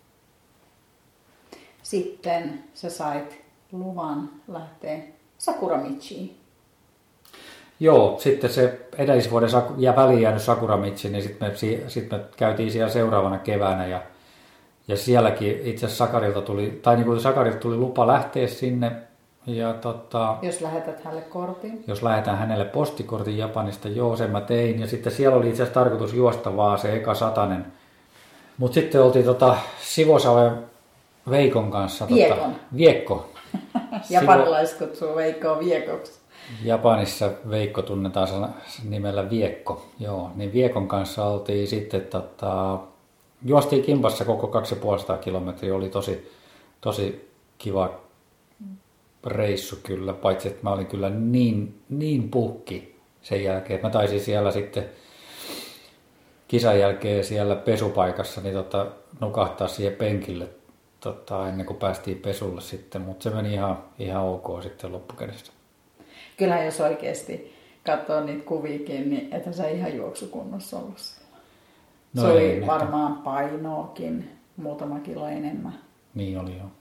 Speaker 1: Sitten sä sait luvan lähteä Sakuramichiin.
Speaker 2: Joo, sitten se edellisvuoden ja väliin jäänyt Sakuramitsi, niin sitten me, sit me käytiin siellä seuraavana keväänä ja, ja sielläkin itse asiassa Sakarilta tuli, tai niin kuin Sakarilta tuli lupa lähteä sinne. Ja tota,
Speaker 1: jos lähetät hänelle kortin?
Speaker 2: Jos lähetän hänelle postikortin Japanista, joo, sen mä tein. Ja sitten siellä oli itse asiassa tarkoitus juosta vaan se eka satanen. Mutta sitten oltiin tota Sivosaven Veikon kanssa.
Speaker 1: Viekon.
Speaker 2: Tota, Viekko.
Speaker 1: Japanilaiset kutsuu Veikkoa Viekoksi.
Speaker 2: Japanissa Veikko tunnetaan nimellä Viekko. Joo, niin Viekon kanssa oltiin sitten, tota, juostiin kimpassa koko kaksisataaviisikymmentä kilometriä. Oli tosi, tosi kiva reissu kyllä, paitsi että mä olin kyllä niin, niin puhki sen jälkeen. Mä taisin siellä sitten kisan jälkeen siellä pesupaikassa niin tota, nukahtaa siihen penkille tota, ennen kuin päästiin pesulle sitten, mutta se meni ihan, ihan ok sitten loppukädessä.
Speaker 1: Kyllä jos oikeasti katsoo niitä kuviikin, niin että sä ihan juoksukunnossa ollut siellä. No se oli ei, varmaan että... painoakin muutama kilo enemmän.
Speaker 2: Niin oli joo.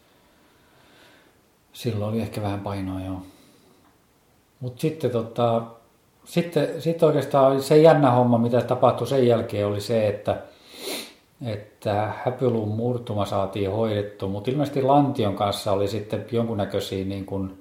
Speaker 2: Silloin oli ehkä vähän painoa, joo. Mutta sitten, tota, sitten, sitten oikeastaan se jännä homma, mitä tapahtui sen jälkeen, oli se, että, että häpyluun murtuma saatiin hoidettu. Mutta ilmeisesti lantion kanssa oli sitten jonkunnäköisiä niin kuin,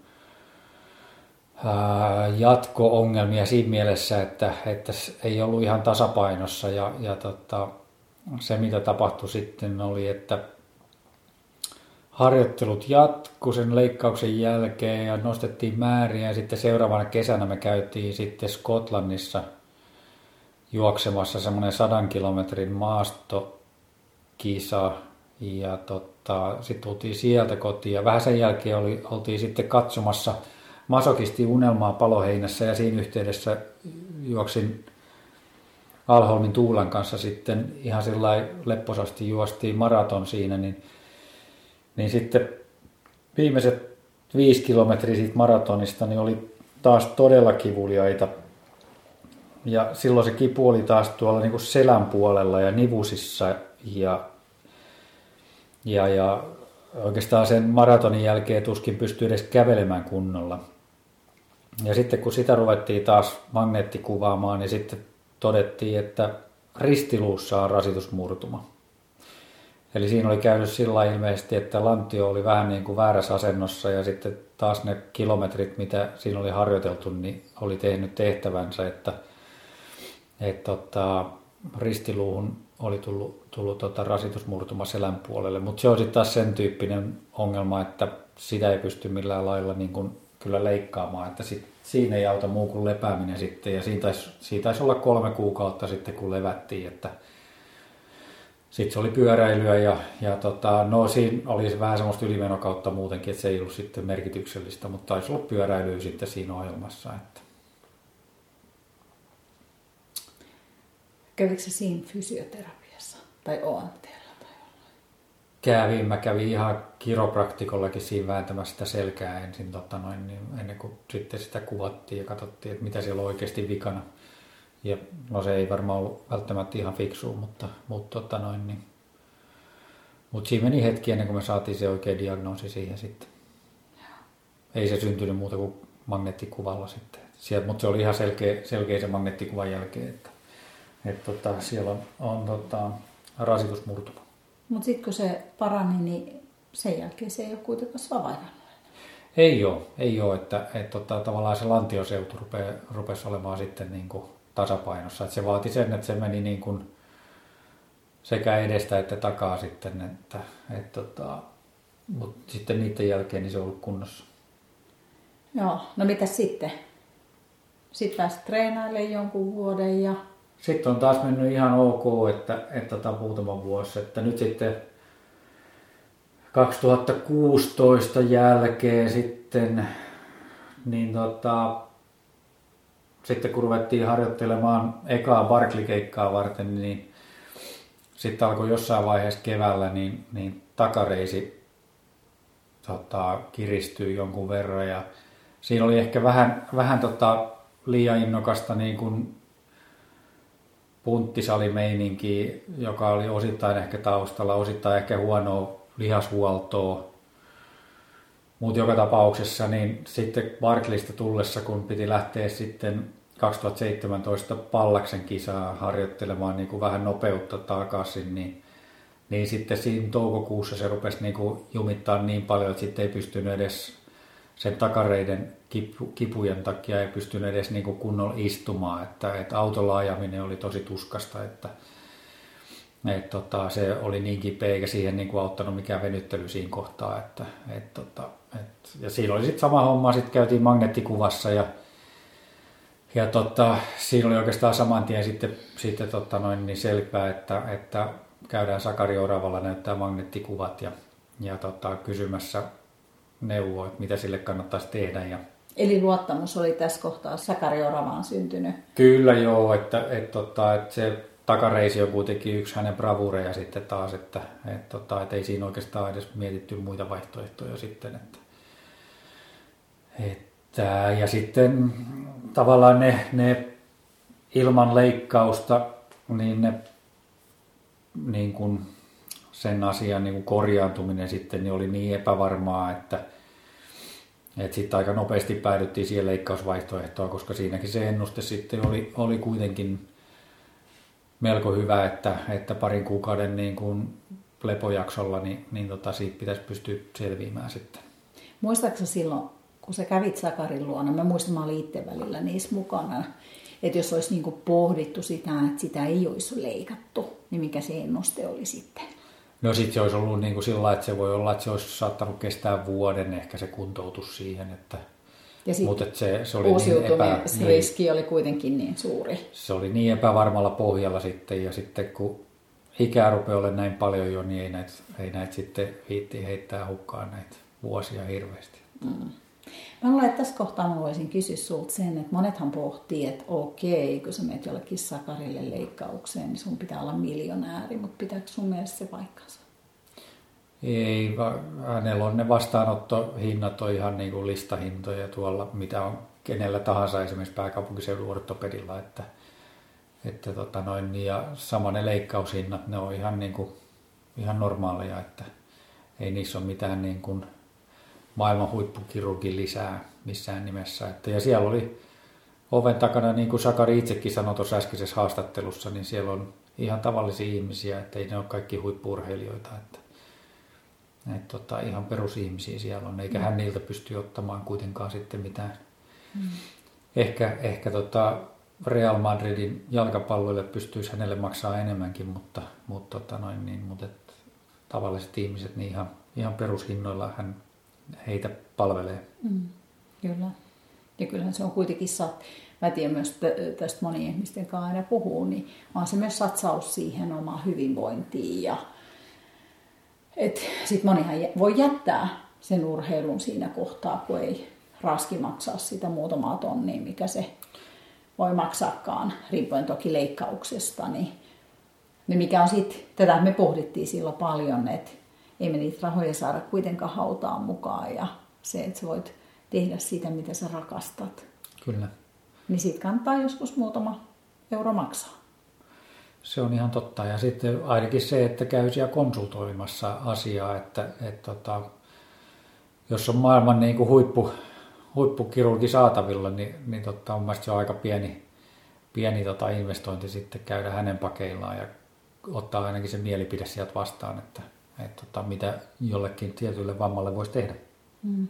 Speaker 2: ää, jatko-ongelmia siinä mielessä, että, että ei ollut ihan tasapainossa. Ja, ja tota, se, mitä tapahtui sitten, oli, että harjoittelut jatkui sen leikkauksen jälkeen ja nostettiin määriä ja sitten seuraavana kesänä me käytiin sitten Skotlannissa juoksemassa semmoinen sadan kilometrin maastokisa ja tota, sitten tultiin sieltä kotiin ja vähän sen jälkeen oli, oltiin sitten katsomassa Masokisti unelmaa Paloheinässä ja siinä yhteydessä juoksin Alholmin Tuulan kanssa sitten ihan sellainen lepposasti juostiin maraton siinä, niin, niin sitten viimeiset viisi kilometriä siitä maratonista niin oli taas todella kivuliaita. Ja silloin se kipu oli taas tuolla niin kuin selän puolella ja nivusissa ja, ja, ja oikeastaan sen maratonin jälkeen tuskin pystyi edes kävelemään kunnolla. Ja sitten kun sitä ruvettiin taas magneettikuvaamaan, niin sitten todettiin, että ristiluussa on rasitusmurtuma. Eli siinä oli käynyt sillä ilmeisesti, että lantio oli vähän niin kuin väärässä asennossa ja sitten taas ne kilometrit, mitä siinä oli harjoiteltu, niin oli tehnyt tehtävänsä, että, että tota, ristiluuhun oli tullut, tullut tota rasitusmurtuma selän puolelle. Mutta se on sitten taas sen tyyppinen ongelma, että sitä ei pysty millään lailla niin kuin kyllä leikkaamaan, että sit, siinä ei auta muu kuin lepääminen sitten. Ja siinä taisi, siinä taisi olla kolme kuukautta sitten, kun levättiin, että sitten se oli pyöräilyä ja, ja tota, no siinä oli vähän semmoista ylimenokautta muutenkin, että se ei ollut sitten merkityksellistä, mutta taisi olla pyöräilyä sitten siinä ohjelmassa. Että.
Speaker 1: Kävikö se siinä fysioterapiassa tai O M T:llä tai jollain?
Speaker 2: Kävin, mä kävin ihan kiropraktikollakin siinä vääntämässä sitä selkää ensin, tota noin, niin ennen kuin sitten sitä kuvattiin ja katsottiin, että mitä siellä on oikeasti vikana. Ja no se ei varmaan ollut välttämättä ihan fiksua, mutta, mutta, tota noin, niin. mutta siinä meni hetki ennen kuin me saatiin se oikea diagnoosi siihen sitten. Ei se syntynyt muuta kuin magneettikuvalla sitten. Sieltä, mutta se oli ihan selkeä, selkeä se magneettikuvan jälkeen, että, että tota, siellä on, on tota, rasitusmurtuma.
Speaker 1: Mutta sitten kun se parani, niin sen jälkeen se ei ole kuitenkaan vaivannollinen.
Speaker 2: Ei ole, ei ole että, että tota, tavallaan se lantioseutu rupeaa, rupesi olemaan sitten niin kuin tasapainossa. Että se vaati sen, että se meni niin kuin sekä edestä että takaa sitten, että, että, että, mutta sitten niiden jälkeen niin se on ollut kunnossa.
Speaker 1: Joo, no mitäs sitten? Sitten pääsit treenailemaan jonkun vuoden ja...
Speaker 2: Sitten on taas mennyt ihan ok, että, että tota, muutama vuosi, että nyt sitten kaksituhattakuusitoista jälkeen sitten, niin tota, sitten kun ruvettiin harjoittelemaan ekaa Barkley-keikkaa varten, niin sitten alkoi jossain vaiheessa keväällä niin, niin takareisi tota, kiristyy jonkun verran ja siinä oli ehkä vähän, vähän tota, liian innokasta niin kuin punttisalimeininkiä, joka oli osittain ehkä taustalla, osittain ehkä huonoa lihashuoltoa. Mutta joka tapauksessa niin sitten Barkleysta tullessa, kun piti lähteä sitten kaksituhattaseitsemäntoista Pallaksen kisaa harjoittelemaan niin kuin vähän nopeutta takaisin, niin, niin sitten siinä toukokuussa se rupesi niin kuin jumittaa niin paljon, että sitten ei pystynyt edes sen takareiden kipu, kipujen takia ei pystynyt edes niin kuin kunnolla istumaan, että, että autolla ajaminen oli tosi tuskasta, että, että tota, se oli niin kipeä eikä siihen niin kuin auttanut mikään venyttely siinä kohtaa, että, että, että, että, ja siinä oli sitten sama homma, sitten käytiin magneettikuvassa ja Ja tota, siinä oli oikeastaan saman tien sitten, sitten tota noin, niin selvää, että, että käydään Sakari Oravalla näyttää magneettikuvat ja, ja tota, kysymässä neuvoa, että mitä sille kannattaisi tehdä. Ja
Speaker 1: eli luottamus oli tässä kohtaa Sakari Oravaan syntynyt?
Speaker 2: Kyllä joo, että, että, tota, että se takareisi on kuitenkin yksi hänen bravureja sitten taas, että, että, että, että ei siinä oikeastaan edes mietitty muita vaihtoehtoja sitten. Että, että ja sitten tavallaan ne, ne ilman leikkausta, niin, ne, niin kuin sen asian niin kuin korjaantuminen sitten niin oli niin epävarmaa, että, että sitten aika nopeasti päädyttiin siihen leikkausvaihtoehtoon, koska siinäkin se ennuste sitten oli, oli kuitenkin melko hyvä, että, että parin kuukauden niin kuin lepojaksolla niin, niin tota, siitä pitäisi pystyä selviämään sitten.
Speaker 1: Muistaaksä silloin, kun sä kävit Sakarin luona, mä muistan, mä olin itse välillä niissä mukana, että jos olisi niinku pohdittu sitä, että sitä ei olisi leikattu, niin mikä se ennuste oli sitten?
Speaker 2: No sitten se olisi ollut niin kuin sillä, että se voi olla, että se olisi saattanut kestää vuoden ehkä se kuntoutus siihen, että,
Speaker 1: Mutta
Speaker 2: se, se oli
Speaker 1: uusiutumisriski
Speaker 2: niin
Speaker 1: oli kuitenkin niin suuri.
Speaker 2: Se oli niin epävarmalla pohjalla sitten, ja sitten kun ikää rupeaa olemaan näin paljon jo, niin ei näitä, ei näitä sitten viitti heittää hukkaan näitä vuosia hirveästi.
Speaker 1: Mm. Mä luulen, että tässä kohtaa mä voisin kysyä sulta sen, että monethan pohtii, että okei, kun sä menet jollekin sakarille leikkaukseen, niin sun pitää olla miljonääri, mutta pitääkö sun mielestä se paikkansa?
Speaker 2: Ei, hänellä on ne vastaanottohinnat on ihan niin kuin listahintoja tuolla, mitä on kenellä tahansa esimerkiksi pääkaupunkiseudun ortopedilla, että, että tota noin, ja sama ne leikkaushinnat, ne on ihan, niin kuin, ihan normaaleja, että ei niissä ole mitään niin kuin maailman huippukirurgin lisää missään nimessä. Että, ja siellä oli oven takana, niin kuin Sakari itsekin sanoi tuossa äskeisessä haastattelussa, niin siellä on ihan tavallisia ihmisiä, että ei ne ole kaikki huippu-urheilijoita, että Et tota, ihan perusihmisiä siellä on, eikä hän niiltä pysty ottamaan kuitenkaan sitten mitään. Mm. Ehkä, ehkä tota Real Madridin jalkapalloille pystyisi hänelle maksaa enemmänkin, mutta, mutta, tota noin, niin, mutta et, tavalliset ihmiset niin ihan, ihan perushinnoilla hän heitä palvelee.
Speaker 1: Mm. Kyllä. Ja kyllähän se on kuitenkin, sat... mä tiedän myös tästä monien ihmisten kanssa aina puhuu, niin on se myös satsaus siihen omaan hyvinvointiin ja sitten monihan voi jättää sen urheilun siinä kohtaa, kun ei raski maksaa sitä muutamaa tonnia, mikä se voi maksaakaan, riippuen toki leikkauksesta. Niin, niin mikä on sitten, tätä me pohdittiin silloin paljon, että ei me niitä rahoja saada kuitenkaan hautaan mukaan ja se, että sä voit tehdä sitä, mitä sä rakastat.
Speaker 2: Kyllä.
Speaker 1: Niin siitä kannattaa joskus muutama euro maksaa.
Speaker 2: Se on ihan totta. Ja sitten ainakin se, että käy siellä konsultoimassa asiaa, että, että tota, jos on maailman niin kuin huippu, huippukirurgi saatavilla, niin, niin totta, on mielestäni se on aika pieni, pieni tota investointi sitten käydä hänen pakeillaan ja ottaa ainakin se mielipide sieltä vastaan, että, että tota, mitä jollekin tietylle vammalle voisi tehdä.
Speaker 1: Hmm.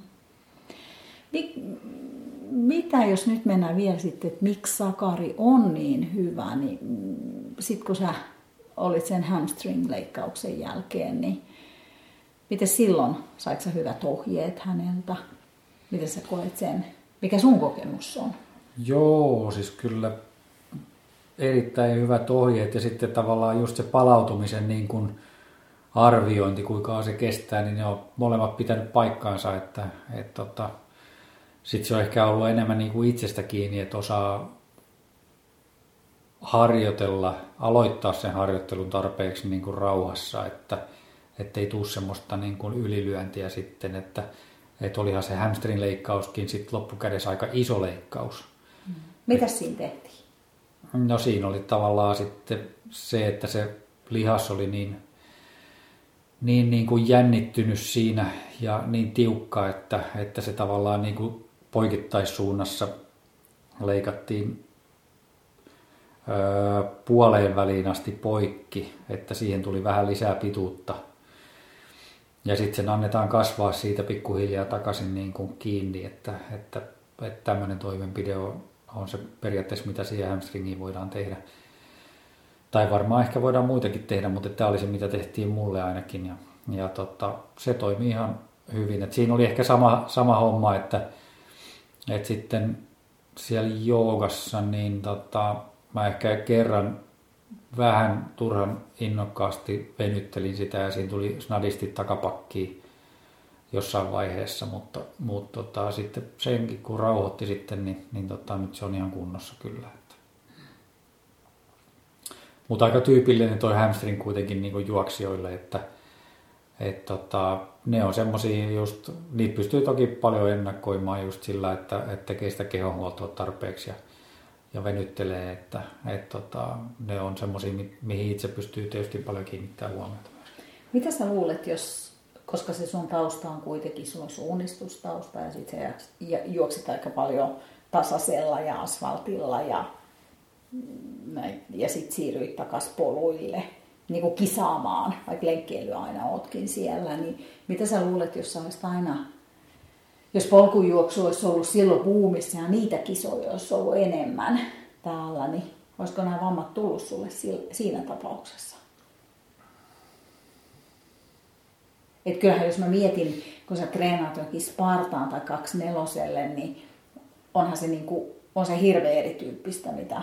Speaker 1: Mitä jos nyt mennään vielä sitten, että miksi Sakari on niin hyvä, niin sitten kun sä olit sen hamstring-leikkauksen jälkeen, niin miten silloin, saitko sä hyvät ohjeet häneltä? Miten sä koet sen? Mikä sun kokemus on?
Speaker 2: Joo, siis kyllä erittäin hyvät ohjeet ja sitten tavallaan just se palautumisen niin kuin arviointi, kuinka se kestää, niin ne on molemmat pitänyt paikkaansa, että et tota, sitten se on ehkä ollut enemmän niin kuin itsestä kiinni, että osaa harjoitella, aloittaa sen harjoittelun tarpeeksi niin kuin rauhassa, että ei tule semmoista niin kuin ylilyöntiä sitten, että, että olihan se hamstring leikkauskin sitten loppukädessä aika iso leikkaus.
Speaker 1: Mm. Mitäs siinä tehtiin?
Speaker 2: No siinä oli tavallaan sitten se, että se lihas oli niin, niin, niin kuin jännittynyt siinä ja niin tiukka, että, että se tavallaan niin kuin poikittaissuunnassa leikattiin öö, puoleen väliin asti poikki, että siihen tuli vähän lisää pituutta. Ja sitten sen annetaan kasvaa siitä pikkuhiljaa takaisin niin kuin kiinni, että, että, että tämmöinen toimenpide on, on se periaatteessa, mitä siihen hamstringiin voidaan tehdä. Tai varmaan ehkä voidaan muitakin tehdä, mutta tämä oli se, mitä tehtiin mulle ainakin. Ja, ja tota, se toimi ihan hyvin. Et siinä oli ehkä sama, sama homma, että, että sitten siellä joogassa niin tota, mä ehkä kerran vähän turhan innokkaasti venyttelin sitä ja siinä tuli snadisti takapakkiin jossain vaiheessa, mutta, mutta tota, sitten senkin kun rauhoitti sitten, niin, niin tota, nyt se on ihan kunnossa kyllä. Mutta aika tyypillinen toi hamstring kuitenkin niin kuin juoksijoille, että et tota, ne on semmosia just, niitä pystyy toki paljon ennakoimaan just sillä, että et tekee sitä kehonhuoltoa tarpeeksi ja, ja venyttelee, että et tota, ne on semmosia, mihin itse pystyy tietysti paljon kiinnittämään huomiota.
Speaker 1: Mitä sä luulet, jos, koska se sun tausta on kuitenkin, sulla on suunnistustausta ja sit sä juoksit aika paljon tasaisella ja asfaltilla ja ja sitten siirryit takaisin poluille niin kuin kisaamaan, vaikka lenkkeilyä aina ootkin siellä, niin mitä sä luulet, jos sä olisit aina, jos polkujuoksu olisi ollut silloin buumissa ja niitä kisoja olisi ollut enemmän täällä, niin olisiko nämä vammat tullut sulle siinä tapauksessa? Et kyllähän jos mä mietin, kun sä treenaat jokin Spartaan tai kaksi neloselle, niin onhan se, niin kuin, on se hirveän erityyppistä, mitä...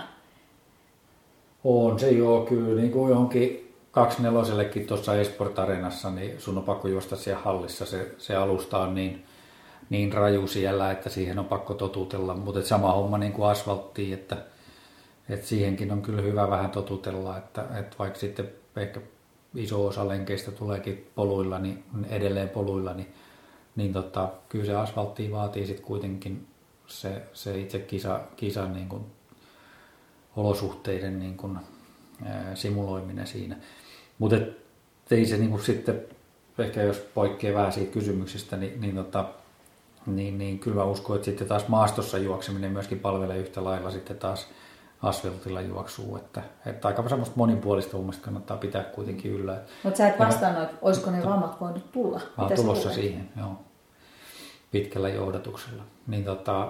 Speaker 2: On se joo, kyllä niin kuin johonkin kaksinelosellekin tuossa Esport Arenassa, niin sun on pakko juosta siellä hallissa. Se, se alusta on niin, niin raju siellä, että siihen on pakko totutella. Mutta sama homma niin kuin asfalttiin, että, että siihenkin on kyllä hyvä vähän totutella, että, että vaikka sitten ehkä iso osa lenkeistä tuleekin poluilla, niin edelleen poluilla, niin, niin tota, kyllä se asfalttiin vaatii sitten kuitenkin se, se itse kisa, kisan niin kuin olosuhteiden niin kuin, ää, simuloiminen siinä. Mutta ei se niin kuin sitten, ehkä jos poikkeaa vähän siitä kysymyksestä, niin, niin, tota, niin, niin kyllä mä uskon, että sitten taas maastossa juokseminen myöskin palvelee yhtä lailla sitten taas asfaltilla juoksua, että, että aika semmoista monipuolista mun mielestä kannattaa pitää kuitenkin yllä.
Speaker 1: Mutta sä et vastannut, että olisiko ne vammat voinut tulla?
Speaker 2: Mä oon tulossa kuulet? Siihen, joo, pitkällä johdatuksella. Niin tota,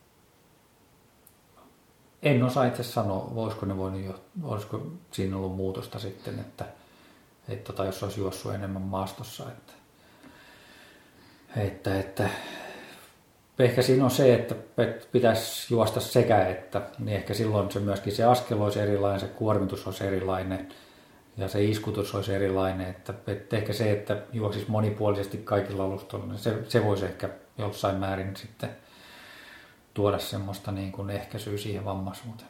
Speaker 2: en osaa itse sanoa, voisiko ne voinut jo, olisiko siinä ollut muutosta sitten, että, että tota, jos olisi juossut enemmän maastossa, että, että, että ehkä siinä on se, että pitäisi juosta sekä että, niin ehkä silloin se myöskin se askel olisi erilainen, se kuormitus olisi erilainen ja se iskutus olisi erilainen, että, että ehkä se, että juoksisi monipuolisesti kaikilla alustoilla, niin se, se voisi ehkä jossain määrin sitten tuoda semmoista niin kuin ehkäisyä siihen vammaisuuteen.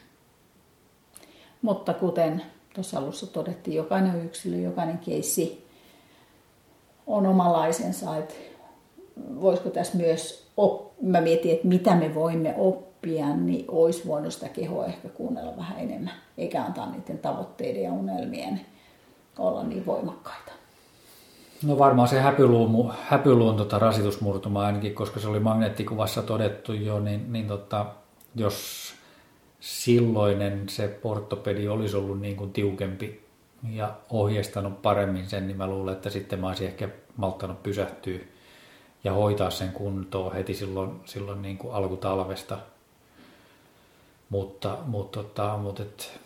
Speaker 1: Mutta kuten tuossa alussa todettiin, jokainen yksilö, jokainen keissi on omanlaisensa, että voisiko tässä myös, op- mä mietin, että mitä me voimme oppia, niin olisi voinut sitä kehoa ehkä kuunnella vähän enemmän, eikä antaa niiden tavoitteiden ja unelmien olla niin voimakkaita.
Speaker 2: No varmaan se häpyluun, häpyluun tota rasitusmurtuma ainakin, koska se oli magneettikuvassa todettu jo, niin, niin tota, jos silloinen se portopedi olisi ollut niin kuin tiukempi ja ohjeistanut paremmin sen, niin mä luulen, että sitten mä olisin ehkä malttanut pysähtyä ja hoitaa sen kuntoon heti silloin, silloin niin kuin alkutalvesta. Mutta, mutta, mutta, mutta, et,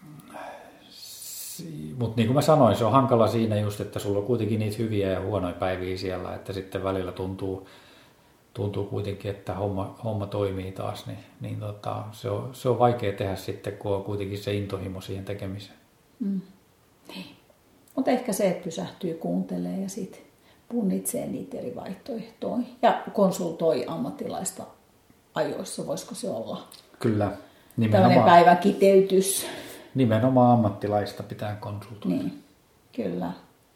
Speaker 2: mutta niin kuin mä sanoin, se on hankala siinä just, että sulla on kuitenkin niitä hyviä ja huonoja päiviä siellä, että sitten välillä tuntuu, tuntuu kuitenkin, että homma, homma toimii taas, niin, niin tota, se, on, se on vaikea tehdä sitten, kun on kuitenkin se intohimo siihen tekemiseen.
Speaker 1: Mm. Niin. Mutta ehkä se, että pysähtyy kuuntelemaan ja sitten punnitsee niitä eri vaihtoehtoja ja konsultoi ammattilaista ajoissa, voisiko se olla?
Speaker 2: Kyllä.
Speaker 1: Tällainen päivän kiteytys.
Speaker 2: Nimenomaan ammattilaista pitää konsultoida.
Speaker 1: Niin, kyllä.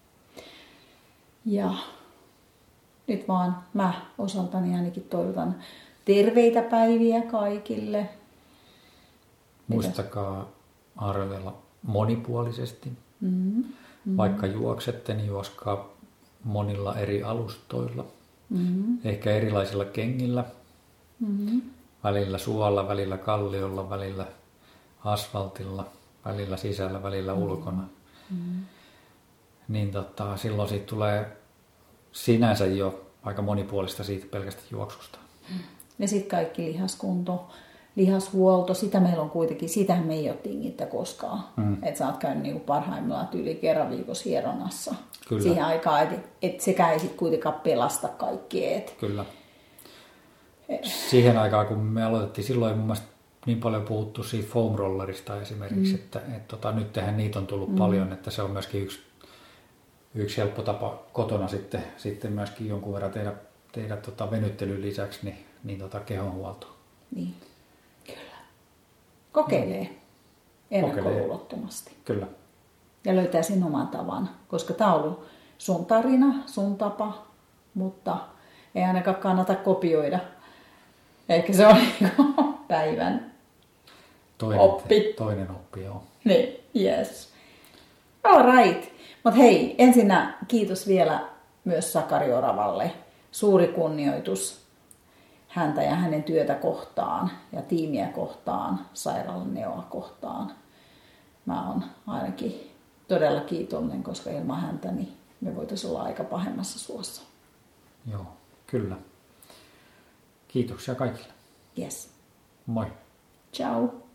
Speaker 1: Ja nyt vaan mä osaltani ainakin toivotan terveitä päiviä kaikille.
Speaker 2: Muistakaa arvella monipuolisesti.
Speaker 1: Mm-hmm. Mm-hmm.
Speaker 2: Vaikka juoksette, niin juoskaa monilla eri alustoilla.
Speaker 1: Mm-hmm.
Speaker 2: Ehkä erilaisilla kengillä.
Speaker 1: Mm-hmm.
Speaker 2: Välillä suolla, välillä kalliolla, välillä asfaltilla, välillä sisällä, välillä ulkona.
Speaker 1: Mm-hmm.
Speaker 2: Niin tota, silloin siitä tulee sinänsä jo aika monipuolista siitä pelkästä juoksusta.
Speaker 1: Ja sitten kaikki lihaskunto, lihashuolto, sitä meillä on kuitenkin, sitähän me ei ole tingittä koskaan. Mm. Että sä oot käynyt niinku parhaimmillaan tyyli kerran viikossa hieronassa. Kyllä. Siihen aikaan, että et sekään ei sitten kuitenkaan pelasta kaikkea. Et...
Speaker 2: Kyllä. Siihen aikaan, kun me aloitettiin, silloin mun mielestä niin paljon puhuttu siitä foam rollerista esimerkiksi, mm. että et, tota, nyt tehän niitä on tullut mm. paljon, että se on myöskin yksi, yksi helppo tapa kotona sitten, sitten myöskin jonkun verran tehdä, tehdä tota venyttelyn lisäksi niin, niin tota kehonhuoltoa.
Speaker 1: Niin, kyllä. Kokeilee mm. ennakkoluulottomasti.
Speaker 2: Kyllä.
Speaker 1: Ja löytää sen oman tavan, koska tämä on ollut sun tarina, sun tapa, mutta ei ainakaan kannata kopioida. Ehkä se on päivän
Speaker 2: toinen,
Speaker 1: oppi.
Speaker 2: Toinen oppi, joo.
Speaker 1: Niin, yes. All right. Mutta hei, ensinnä kiitos vielä myös Sakari Oravalle. Suuri kunnioitus häntä ja hänen työtä kohtaan ja tiimiä kohtaan, sairaalan Neoa kohtaan. Mä oon ainakin todella kiitollinen, koska ilman häntä niin me voitaisiin olla aika pahemmassa suossa.
Speaker 2: Joo, kyllä. Kiitoksia kaikille.
Speaker 1: Yes.
Speaker 2: Moi.
Speaker 1: Ciao.